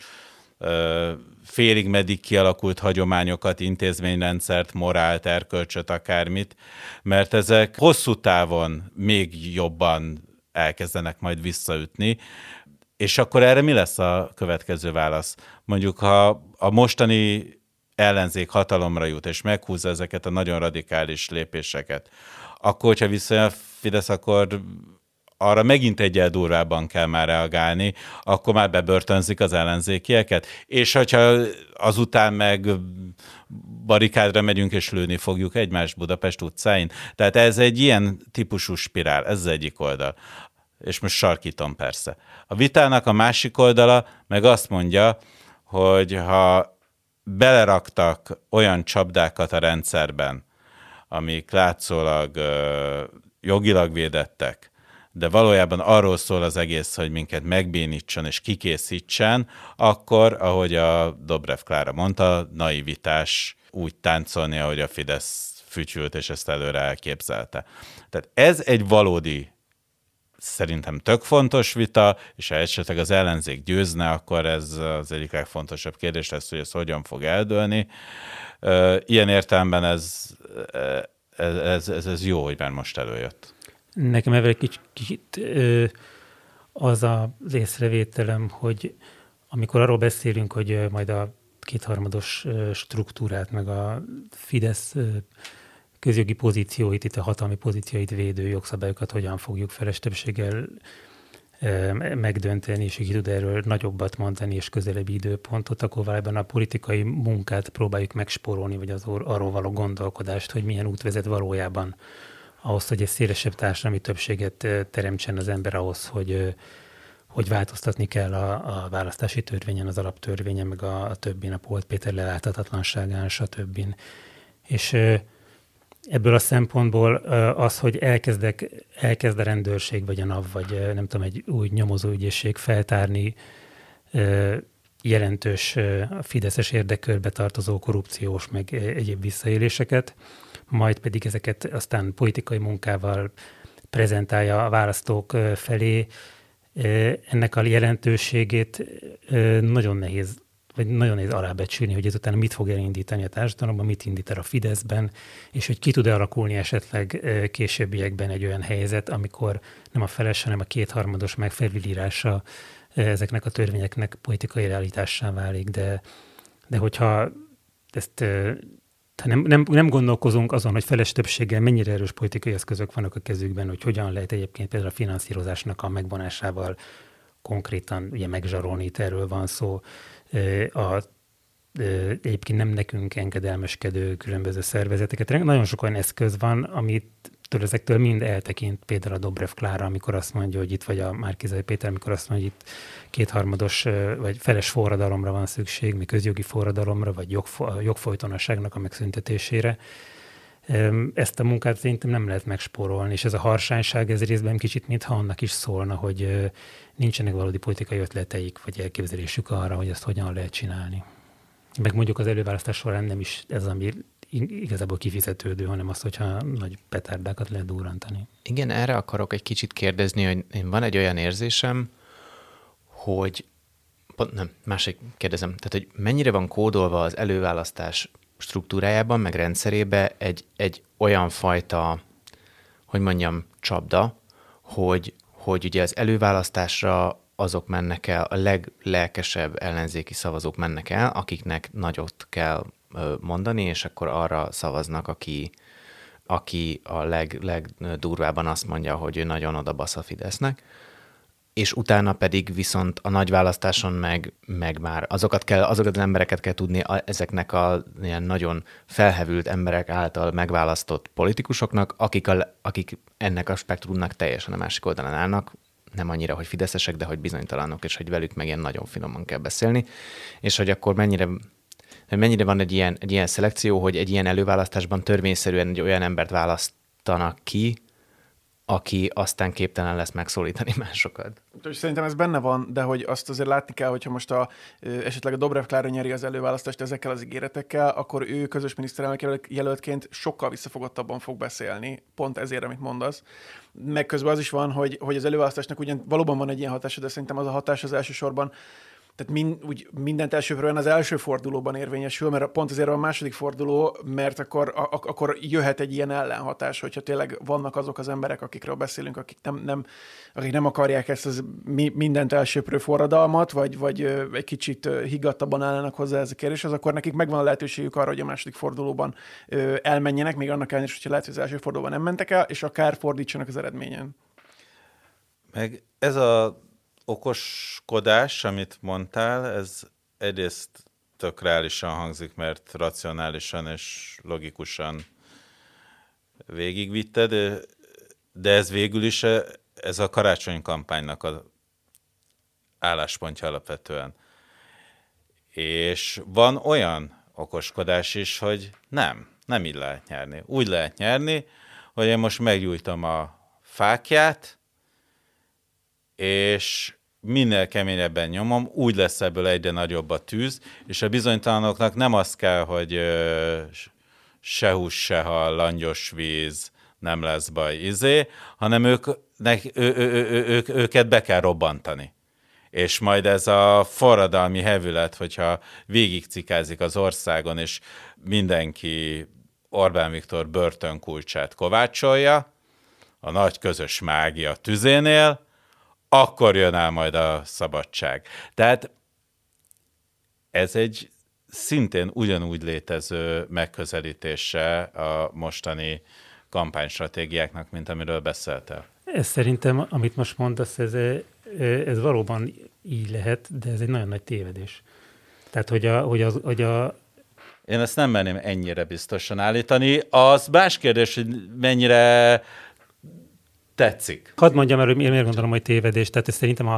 félig meddig kialakult hagyományokat, intézményrendszert, morált, erkölcsöt, akármit, mert ezek hosszú távon még jobban elkezdenek majd visszaütni, és akkor erre mi lesz a következő válasz? Mondjuk, ha a mostani ellenzék hatalomra jut, és meghúzza ezeket a nagyon radikális lépéseket, akkor, hogyha visszajön a Fidesz, akkor arra megint egyel durvábban kell már reagálni, akkor már bebörtönzik az ellenzékieket. És hogyha azután meg barikádra megyünk és lőni fogjuk egymást Budapest utcáin. Tehát ez egy ilyen típusú spirál, ez az egyik oldal. És most sarkítom persze. A vitának a másik oldala meg azt mondja, hogy ha beleraktak olyan csapdákat a rendszerben, amik látszólag jogilag védettek, de valójában arról szól az egész, hogy minket megbénítson és kikészítsen, akkor, ahogy a Dobrev Klára mondta, naivitás úgy táncolni, ahogy a Fidesz fütyült, és ezt előre elképzelte. Tehát ez egy valódi, szerintem tök fontos vita, és ha esetleg az ellenzék győzne, akkor ez az egyik legfontosabb kérdés lesz, hogy ez hogyan fog eldőlni. Ilyen értelemben ez jó, hogy már most előjött. Nekem ebben egy kicsit az az észrevételem, hogy amikor arról beszélünk, hogy majd a kétharmados struktúrát, meg a Fidesz közjogi pozícióit, itt a hatalmi pozícióit védő jogszabályokat hogyan fogjuk feles többséggel megdönteni, és ki tud erről nagyobbat mondani, és közelebbi időpontot, akkor valójában a politikai munkát próbáljuk megspórolni, vagy arról való gondolkodást, hogy milyen út vezet valójában ahhoz, hogy egy szélesebb társadalmi többséget teremtsen az ember ahhoz, hogy változtatni kell a választási törvényen, az alaptörvényen, meg a többin, a Polt Péter leláthatatlanságán, stb. És ebből a szempontból az, hogy elkezd a rendőrség, vagy a NAV, vagy nem tudom, egy új nyomozóügyészség feltárni jelentős fideszes érdekkörbe tartozó korrupciós, meg egyéb visszaéléseket, majd pedig ezeket aztán politikai munkával prezentálja a választók felé. Ennek a jelentőségét nagyon nehéz alábecsülni, hogy ezután mit fog elindítani a társadalomban, mit indít el a Fideszben, és hogy ki tud alakulni esetleg későbbiekben egy olyan helyzet, amikor nem a feles, hanem a kétharmados megfelülírása ezeknek a törvényeknek politikai realitássá válik, de hogyha ezt nem gondolkozunk azon, hogy feles többséggel mennyire erős politikai eszközök vannak a kezükben, hogy hogyan lehet egyébként például a finanszírozásnak a megvonásával konkrétan ugye megzsarolni, itt erről van szó. Egyébként nem nekünk engedelmeskedő különböző szervezeteket. Nagyon sok olyan eszköz van, amitől ezektől mind eltekint, például a Dobrev Klára, amikor azt mondja, hogy itt, vagy a Márki-Zay Péter, amikor azt mondja, hogy itt kétharmados vagy feles forradalomra van szükség, még közjogi forradalomra, vagy jogfolytonosságnak a megszüntetésére. Ezt a munkát szerintem nem lehet megspórolni, és ez a harsányság ez részben kicsit mintha annak is szólna, hogy nincsenek valódi politikai ötleteik, vagy elképzelésük arra, hogy ezt hogyan lehet csinálni. Meg mondjuk az előválasztás során nem is ez, ami igazából kifizetődő, hanem az, hogyha nagy petárdákat lehet durrantani. Igen, erre akarok egy kicsit kérdezni, hogy van egy olyan érzésem, hogy másik kérdezem, tehát hogy mennyire van kódolva az előválasztás struktúrájában, meg rendszerébe egy olyan fajta, hogy mondjam, csapda, hogy ugye az előválasztásra azok mennek el, a leglelkesebb ellenzéki szavazók mennek el, akiknek nagyot kell mondani, és akkor arra szavaznak, aki a legdurvábban azt mondja, hogy ő nagyon odabasz a Fidesznek, és utána pedig viszont a nagy választáson meg már azokat az embereket kell tudni ezeknek a ilyen nagyon felhevült emberek által megválasztott politikusoknak, akik ennek a spektrumnak teljesen a másik oldalán állnak, nem annyira, hogy fideszesek, de hogy bizonytalanok, és hogy velük meg ilyen nagyon finoman kell beszélni, és hogy akkor mennyire van egy ilyen szelekció, hogy egy ilyen előválasztásban törvényszerűen egy olyan embert választanak ki, aki aztán képtelen lesz megszólítani másokat. Szerintem ez benne van, de hogy azt azért látni kell, hogyha most esetleg a Dobrev Klára nyeri az előválasztást ezekkel az ígéretekkel, akkor ő közös miniszterelnök jelöltként sokkal visszafogottabban fog beszélni, pont ezért, amit mondasz. Meg közben az is van, hogy az előválasztásnak ugyan valóban van egy ilyen hatása, de szerintem az a hatás az elsősorban, tehát mindent elsősorban az első fordulóban érvényesül, mert pont azért a második forduló, mert akkor jöhet egy ilyen ellenhatás, hogyha tényleg vannak azok az emberek, akikről beszélünk, akik nem akarják ezt az mindent elsőprő forradalmat, vagy egy kicsit higgadtabban állnak hozzá ez a kérdéshez, akkor nekik megvan a lehetőségük arra, hogy a második fordulóban elmenjenek, még annak ellenére, hogyha lehet, hogy az első fordulóban nem mentek el, és akár fordítsanak az eredményen. Meg ez a okoskodás, amit mondtál, ez egyrészt tök reálisan hangzik, mert racionálisan és logikusan végigvitted, de ez végül is ez a karácsony kampánynak az álláspontja alapvetően. És van olyan okoskodás is, hogy nem így lehet nyerni. Úgy lehet nyerni, hogy én most meggyújtom a fáklyát, és minél keményebben nyomom, úgy lesz ebből egyre nagyobb a tűz, és a bizonytalanoknak nem az kell, hogy se hús, se hal, langyos víz, nem lesz baj, hanem őket be kell robbantani. És majd ez a forradalmi hevület, hogyha végigcikázik az országon, és mindenki Orbán Viktor börtönkulcsát kovácsolja, a nagy közös mágia tüzénél, akkor jön el majd a szabadság. Tehát ez egy szintén ugyanúgy létező megközelítése a mostani kampánystratégiáknak, mint amiről beszéltél. Ez szerintem, amit most mondasz, ez valóban így lehet, de ez egy nagyon nagy tévedés. Tehát, hogy Én ezt nem merném ennyire biztosan állítani. Az más kérdés, hogy mennyire tetszik. Hadd mondjam el, hogy miért gondolom, hogy tévedés. Tehát szerintem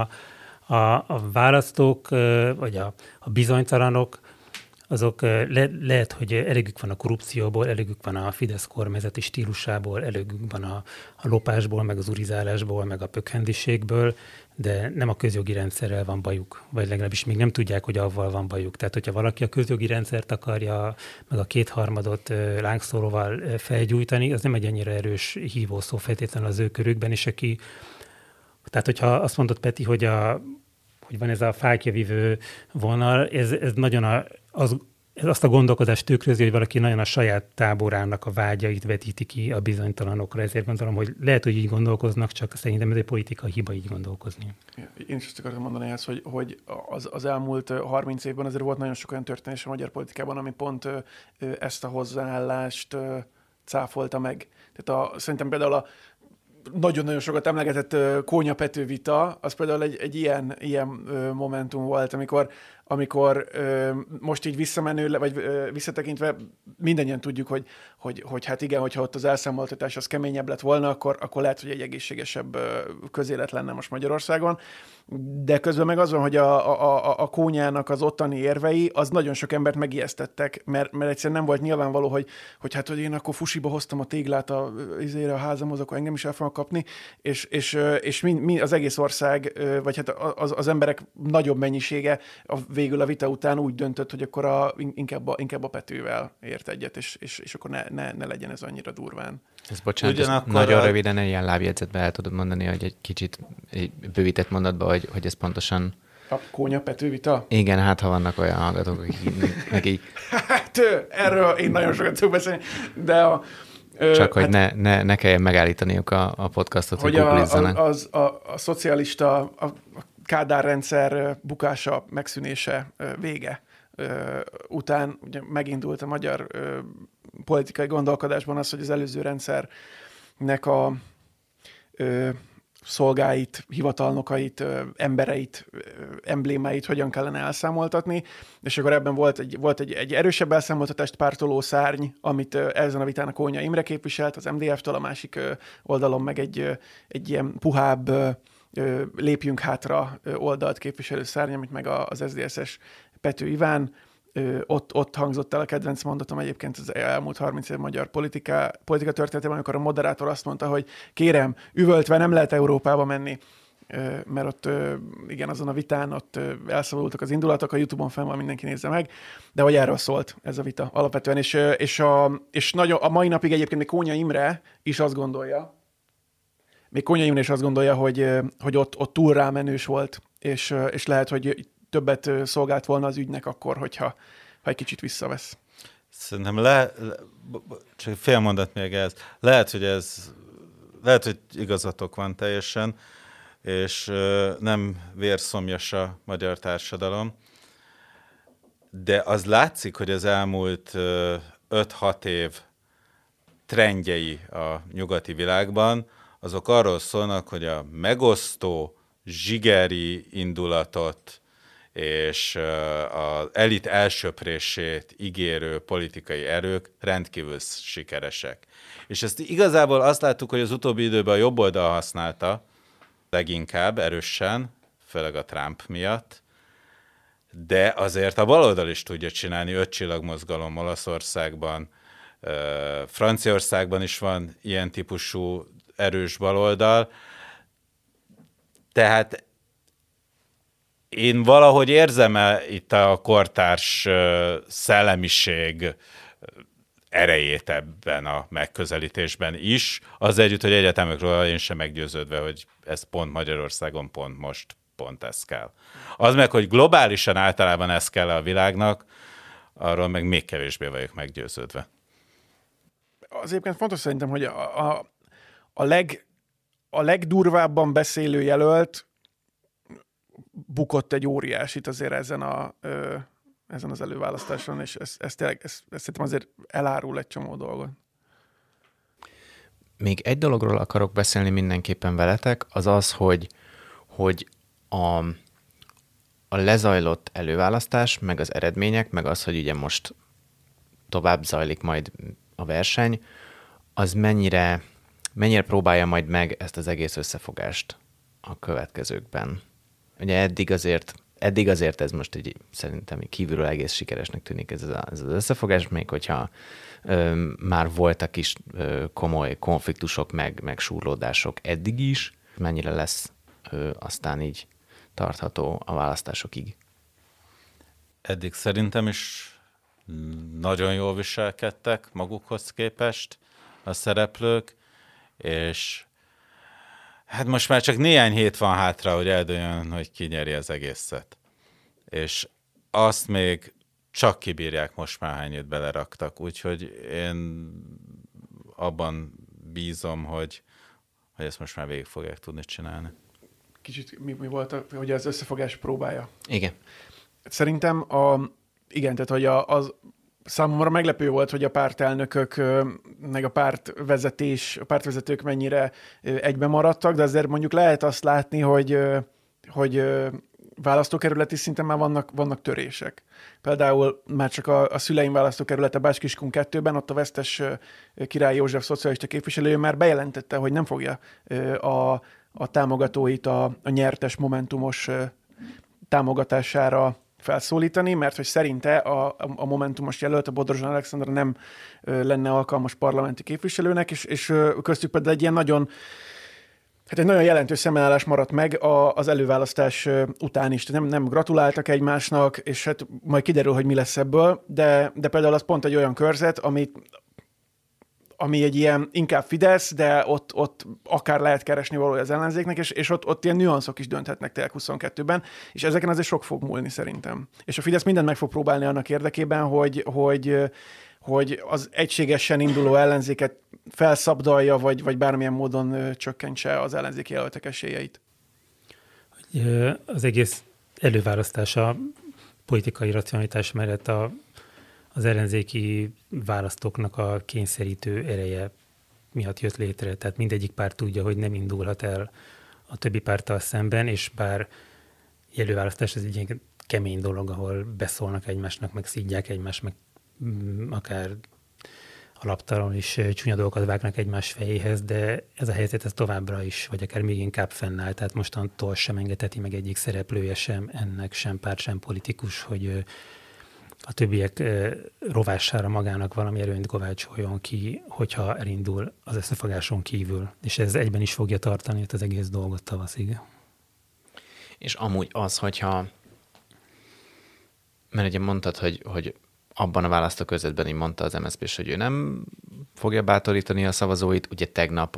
a választók, vagy a bizonytalanok, azok lehet, hogy elegük van a korrupcióból, elegük van a Fidesz kormányzati stílusából, elegük van a lopásból, meg az urizálásból, meg a pökhendiségből, de nem a közjogi rendszerrel van bajuk, vagy legalábbis még nem tudják, hogy avval van bajuk. Tehát, hogyha valaki a közjogi rendszert akarja, meg a kétharmadot lángszóróval felgyújtani, az nem egy annyira erős hívószó feltétlenül az ő körükben, és tehát, hogyha azt mondott Peti, hogy van ez a fáklyavívő vonal, ez nagyon azt a gondolkodást tükrözi, hogy valaki nagyon a saját táborának a vágyait vetíti ki a bizonytalanokra. Ezért gondolom, hogy lehet, hogy így gondolkoznak, csak szerintem ez egy politikai hiba így gondolkozni. Én is azt akartam mondani ezt, hogy az elmúlt 30 évben azért volt nagyon sok olyan történés a magyar politikában, ami pont ezt a hozzáállást cáfolta meg. Tehát szerintem például a nagyon-nagyon sokat emlegetett Kónya Pető vita, az például egy ilyen momentum volt, amikor most így visszatekintve mindannyian tudjuk, hogy hát igen, hogyha ott az elszámoltatás az keményebb lett volna, akkor lehet, hogy egy egészségesebb közélet lenne most Magyarországon. De közben meg az van, hogy a Kónyának az ottani érvei, az nagyon sok embert megijesztettek, mert egyszerűen nem volt nyilvánvaló, hogy én akkor fusiba hoztam a téglát a házamhoz, akkor engem is el fognak kapni, és az egész ország, vagy hát az emberek nagyobb mennyisége végül a vita után úgy döntött, hogy akkor inkább a Petővel ért egyet, és akkor ne legyen ez annyira durván. Ez bocsánat, nagyon röviden egy ilyen lábjegyzetbe el tudod mondani, hogy egy kicsit bővített mondatba, hogy ez pontosan... A Kónya-Pető vita? Igen, hát ha vannak olyan hallgatók, akik így... Hát erről én nagyon sokat tudok beszélni, de csak hogy ne kelljen megállítaniuk a podcastot, hogy googlizzanak. A szocialista, a Kádár rendszer bukása, megszűnése vége után ugye megindult a magyar politikai gondolkodásban az, hogy az előző rendszernek a szolgáit, hivatalnokait, embereit, emblémáit hogyan kellene elszámoltatni, és akkor ebben volt egy erősebb elszámoltatást pártoló szárny, amit ezen a vitán a Kónya Imre képviselt, az MDF-től, a másik oldalon meg egy ilyen puhább lépjünk hátra oldalt képviselő szárny, amit meg az SZDSZ-es Pető Iván. Ott hangzott el a kedvenc mondatom egyébként az elmúlt 30 év magyar politika történetében, amikor a moderátor azt mondta, hogy kérem, üvöltve nem lehet Európába menni, mert ott igen, azon a vitán ott elszabadultak az indulatok, a YouTube-on fenn van, mindenki nézze meg, de hogy erről szólt ez a vita alapvetően, és nagyon, a mai napig egyébként még Kónya Imre is azt gondolja, hogy ott túl rámenős volt, és lehet, hogy többet szolgált volna az ügynek akkor, ha egy kicsit visszavesz. Szerintem csak fél mondat még ez. Lehet, hogy igazatok van teljesen, és nem vérszomjas a magyar társadalom, de az látszik, hogy az elmúlt 5-6 év trendjei a nyugati világban, azok arról szólnak, hogy a megosztó, zsigeri indulatot és az elit elsöprését ígérő politikai erők rendkívül sikeresek. És ezt igazából azt láttuk, hogy az utóbbi időben a jobb oldal használta leginkább erősen, főleg a Trump miatt, de azért a baloldal is tudja csinálni, 5 csillagmozgalom Olaszországban, Franciaországban is van ilyen típusú erős baloldal, tehát én valahogy érzem itt a kortárs szellemiség erejét ebben a megközelítésben is, az együtt, hogy egyetemekről én sem meggyőződve, hogy ez pont Magyarországon pont most pont ez kell. Az meg, hogy globálisan általában ez kell a világnak, arról meg még kevésbé vagyok meggyőződve. Az egyébként fontos szerintem, hogy a legdurvábban beszélő jelölt bukott egy óriásit azért ezen az előválasztáson, és ez szerintem azért elárul egy csomó dolgot. Még egy dologról akarok beszélni mindenképpen veletek, az az, hogy a lezajlott előválasztás, meg az eredmények, meg az, hogy ugye most tovább zajlik majd a verseny, az mennyire próbálja majd meg ezt az egész összefogást a következőkben. Ugye eddig azért ez most szerintem kívülről egész sikeresnek tűnik ez az összefogás, még hogyha már voltak is komoly konfliktusok, meg súrlódások eddig is, mennyire lesz aztán így tartható a választásokig. Eddig szerintem is nagyon jól viselkedtek magukhoz képest a szereplők, és hát most már csak néhány hét van hátra, hogy eldőljön, hogy ki nyeri az egészet. És azt még csak kibírják most már, hányit beleraktak. Úgyhogy én abban bízom, hogy ezt most már végig fogják tudni csinálni. Kicsit mi volt, hogy az összefogás próbája? Igen. Szerintem igen, tehát hogy az számomra meglepő volt, hogy a pártelnökök, meg a pártvezetők mennyire egybe maradtak, de azért mondjuk lehet azt látni, hogy választókerületi szinten már vannak törések. Például már csak a szüleim választókerülete Bács-Kiskun 2-ben, ott a vesztes Király József szocialista képviselő már bejelentette, hogy nem fogja a támogatóit a nyertes momentumos támogatására felszólítani, mert hogy szerinte a momentumos jelölt, a Bodrozsán Alexandra nem lenne alkalmas parlamenti képviselőnek, és köztük például egy ilyen nagyon Hát egy nagyon jelentős szembenállás maradt meg az előválasztás után is. Nem gratuláltak egymásnak, és hát majd kiderül, hogy mi lesz ebből, de például az pont egy olyan körzet, ami egy ilyen inkább Fidesz, de ott akár lehet keresni valója az ellenzéknek, és ott ilyen nüanszok is dönthetnek tényleg 22-ben, és ezeken azért sok fog múlni szerintem. És a Fidesz mindent meg fog próbálni annak érdekében, hogy az egységesen induló ellenzéket felszabdalja, vagy bármilyen módon csökkentse az ellenzéki jelöltek esélyeit. Az egész előválasztás a politikai racionalitás mellett az ellenzéki választóknak a kényszerítő ereje miatt jött létre. Tehát mindegyik párt tudja, hogy nem indulhat el a többi párttal szemben, és bár előválasztás ez egy ilyen kemény dolog, ahol beszólnak egymásnak, meg szídják egymást, meg akár alaptalanul is csúnya dolgokat vágnak egymás fejéhez, de ez a helyzet ez továbbra is, vagy akár még inkább fennáll. Tehát mostantól sem engedheti meg egyik szereplője sem ennek, sem párt, sem politikus, hogy a többiek rovására magának valami erőnyt kovácsoljon ki, hogyha elindul az összefogáson kívül. És ez egyben is fogja tartani az egész dolgot tavaszig. És amúgy az, hogyha... Mert ugye mondtad, hogy abban a választókörzetben így mondta az MSZP-s, hogy ő nem fogja bátorítani a szavazóit. Ugye tegnap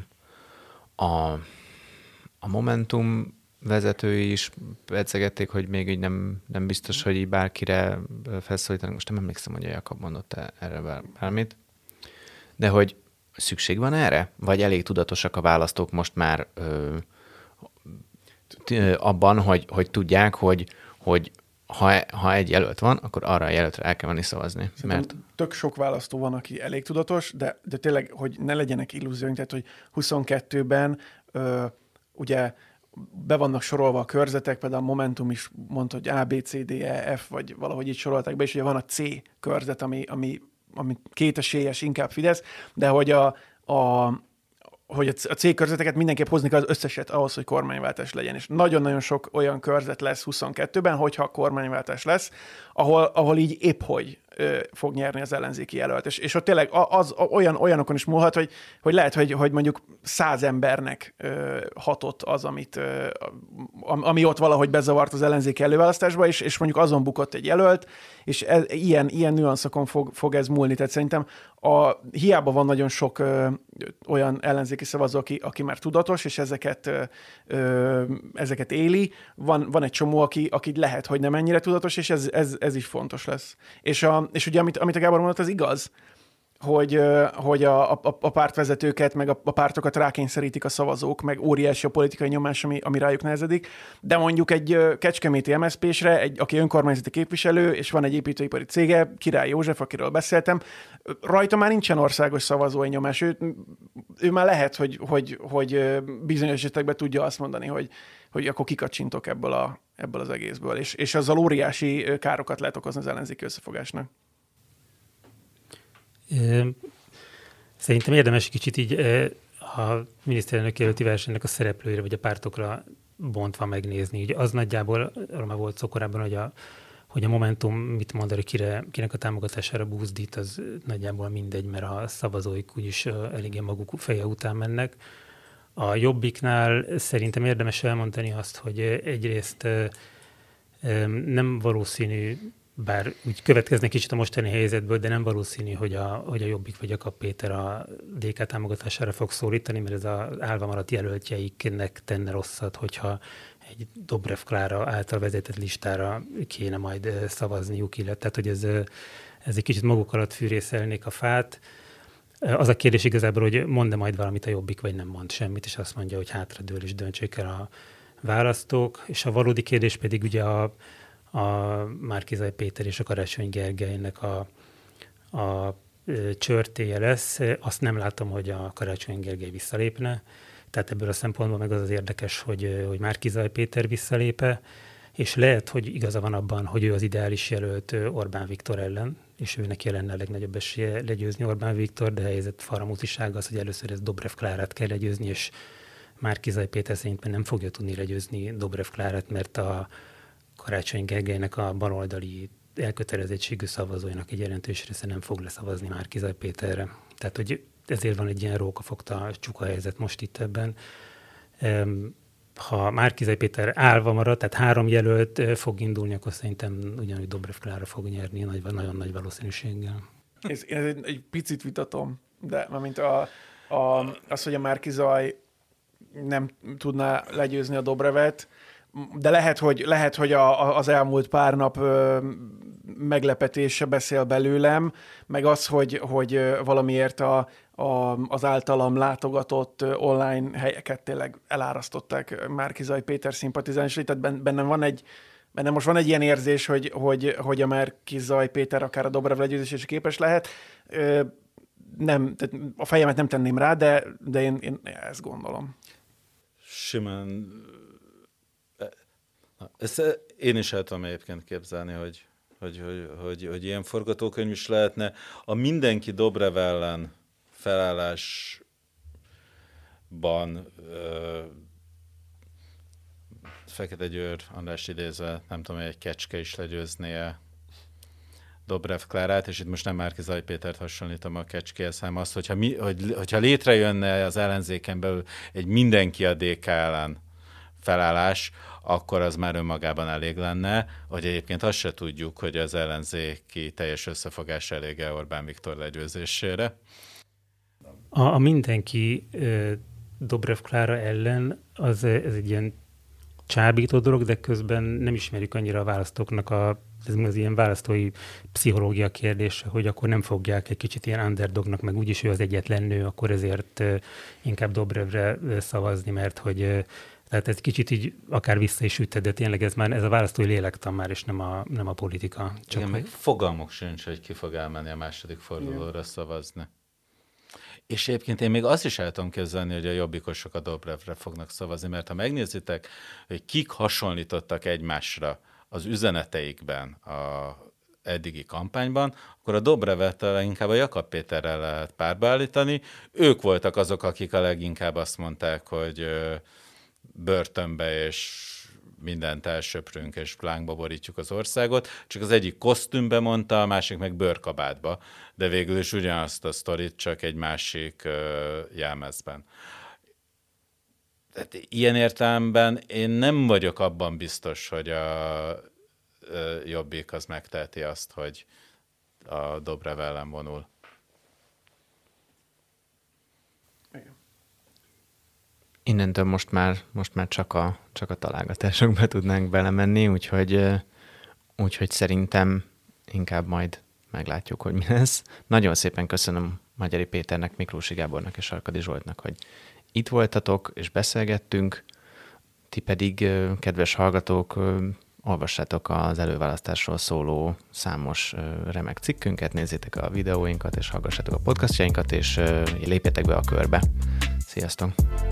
a Momentum vezetői is pedzegették, hogy még így nem biztos, hogy így bárkire felszólítanak. Most nem emlékszem, hogy a Jakab mondott erre bármit. De hogy szükség van erre? Vagy elég tudatosak a választók most már abban, hogy tudják, hogy ha egy jelölt van, akkor arra a jelöltre el kell menni szavazni. Mert tök sok választó van, aki elég tudatos, de tényleg, hogy ne legyenek illúzióink, tehát, hogy 22-ben ugye be vannak sorolva a körzetek, például a Momentum is mondta, hogy A, B, C, D, E, F, vagy valahogy így sorolták be, és ugye van a C körzet, ami kétesélyes, inkább Fidesz, de hogy a C körzeteket mindenképp hozni kell az összeset ahhoz, hogy kormányváltás legyen. És nagyon-nagyon sok olyan körzet lesz 22-ben, hogyha kormányváltás lesz, ahol így épp hogy fog nyerni az ellenzéki jelölt. És ott tényleg olyanokon is múlhat, hogy lehet, hogy mondjuk 100 embernek hatott az, ami ott valahogy bezavart az ellenzéki előválasztásba, és mondjuk azon bukott egy jelölt, és ilyen nüanszokon fog ez múlni. Tehát szerintem hiába van nagyon sok olyan ellenzéki szavazó, aki már tudatos, és ezeket éli. Van egy csomó, aki lehet, hogy nem ennyire tudatos, és ez is fontos lesz. És ugye, amit a Gábor mondott, az igaz, hogy a pártvezetőket, meg a pártokat rákényszerítik a szavazók, meg óriási a politikai nyomás, ami rájuk nehezedik, de mondjuk egy kecskeméti MSZP-sre, aki önkormányzati képviselő, és van egy építőipari cége, Király József, akiről beszéltem, rajta már nincsen országos szavazói nyomás. Ő már lehet, hogy bizonyos esetekben tudja azt mondani, hogy akkor kikacsintok ebből az egészből, és azzal óriási károkat lehet okozni az ellenzéki összefogásnak. Szerintem érdemes kicsit így a miniszterelnök jelölti versenynek a szereplőire, vagy a pártokra bontva megnézni. Így az nagyjából, arra már volt szó korábban, hogy a Momentum mit mondani, kinek a támogatására buzdít, az nagyjából mindegy, mert a szavazóik úgyis eléggé maguk feje után mennek. A Jobbiknál szerintem érdemes elmondani azt, hogy egyrészt nem valószínű, bár úgy következnek kicsit a mostani helyzetből, de nem valószínű, hogy a Jobbik vagy a Kap Péter a DK támogatására fog szólítani, mert ez az állva maradt jelöltjeiknek tenne rosszat, hogyha egy Dobrev Klára által vezetett listára kéne majd szavazniuk, tehát hogy ez egy kicsit maguk alatt fűrészelnék a fát. Az a kérdés igazából, hogy mond-e majd valamit a Jobbik, vagy nem mond semmit, és azt mondja, hogy hátradől és döntsék el a választók. És a valódi kérdés pedig ugye a Márki-Zay Péter és a Karácsony Gergelynek a csörtéje lesz. Azt nem látom, hogy a Karácsony Gergely visszalépne. Tehát ebből a szempontból meg az érdekes, hogy Márki-Zay Péter visszalépe, és lehet, hogy igaza van abban, hogy ő az ideális jelölt Orbán Viktor ellen, és őnek lenne a legnagyobb esélye legyőzni Orbán Viktor, de a helyzet faramúcisága az, hogy először ez Dobrev Klárát kell legyőzni, és Márki-Zay Péter szerintem nem fogja tudni legyőzni Dobrev Klárát, mert a Karácsony Gergelynek a baloldali elkötelezettségű szavazóinak egy jelentős része nem fog leszavazni Márki-Zay Péterre. Tehát, hogy ezért van egy ilyen rókafogta csuka helyzet most itt ebben. Ha Márki-Zay Péter állva marad, tehát 3 jelölt fog indulni, akkor szerintem ugyanúgy Dobrev Klára fog nyerni nagyon nagy valószínűséggel. Én egy picit vitatom, de mármint az, hogy a Márki-Zay nem tudná legyőzni a Dobrevet, de lehet, hogy az elmúlt pár nap meglepetése beszél belőlem, meg az, hogy valamiért az általam látogatott online helyeket tényleg elárasztották Márki-Zay Péter szimpatizánsai, tehát bennem most van egy ilyen érzés, hogy a Márki-Zay Péter akár a Dobrev legyőzésre képes lehet. Nem, tehát a fejemet nem tenném rá, de én ezt gondolom. Simán. Ezt én is el tudom egyébként képzelni, hogy ilyen forgatókönyv is lehetne. A mindenki Dobrev ellen felállásban Fekete Győr András idézve, nem tudom, hogy egy kecske is legyőznie Dobrev Klárát, és itt most nem Márki-Zay Pétert hasonlítom a kecskéhez, hanem azt, hogyha létrejönne az ellenzéken belül egy mindenki a DK ellen felállás, akkor az már önmagában elég lenne, hogy egyébként azt se tudjuk, hogy az ellenzéki teljes összefogás elég-e Orbán Viktor legyőzésére. A mindenki Dobrev Klára ellen ez egy ilyen csábító dolog, de közben nem ismerjük annyira a választóknak az ilyen választói pszichológia kérdése, hogy akkor nem fogják egy kicsit ilyen underdognak, meg úgyis ő az egyetlen nő, akkor ezért inkább Dobrevre szavazni, mert hogy tehát ez kicsit így akár vissza is üted, de tényleg ez a választói lélektan már, és nem a politika. Csak igen, meg fogalmuk sincs, hogy ki fog elmenni a második fordulóra szavazni. És egyébként én még azt is el tudom képzelni, hogy a jobbikosok a Dobrevre fognak szavazni, mert ha megnézitek, hogy kik hasonlítottak egymásra az üzeneteikben a eddigi kampányban, akkor a Dobrevet leginkább a Jakab Péterrel lehet párba állítani. Ők voltak azok, akik a leginkább azt mondták, hogy börtönbe és mindent elsöprünk, és lángba borítjuk az országot. Csak az egyik kosztümbe mondta, a másik meg bőrkabátba, de végül is ugyanazt a sztorit, csak egy másik jelmezben. Tehát ilyen értelemben én nem vagyok abban biztos, hogy a Jobbik az megteheti azt, hogy a Dobrev ellen vonul. Innentől most már csak a találgatásokba tudnánk belemenni, úgyhogy szerintem inkább majd meglátjuk, hogy mi lesz. Nagyon szépen köszönöm Magyari Péternek, Miklósi Gábornak és Arkady Zsoltnak, hogy itt voltatok és beszélgettünk. Ti pedig, kedves hallgatók, olvassátok az előválasztásról szóló számos remek cikkünket, nézzétek a videóinkat, és hallgassátok a podcastjainkat, és lépjetek be a körbe. Sziasztok!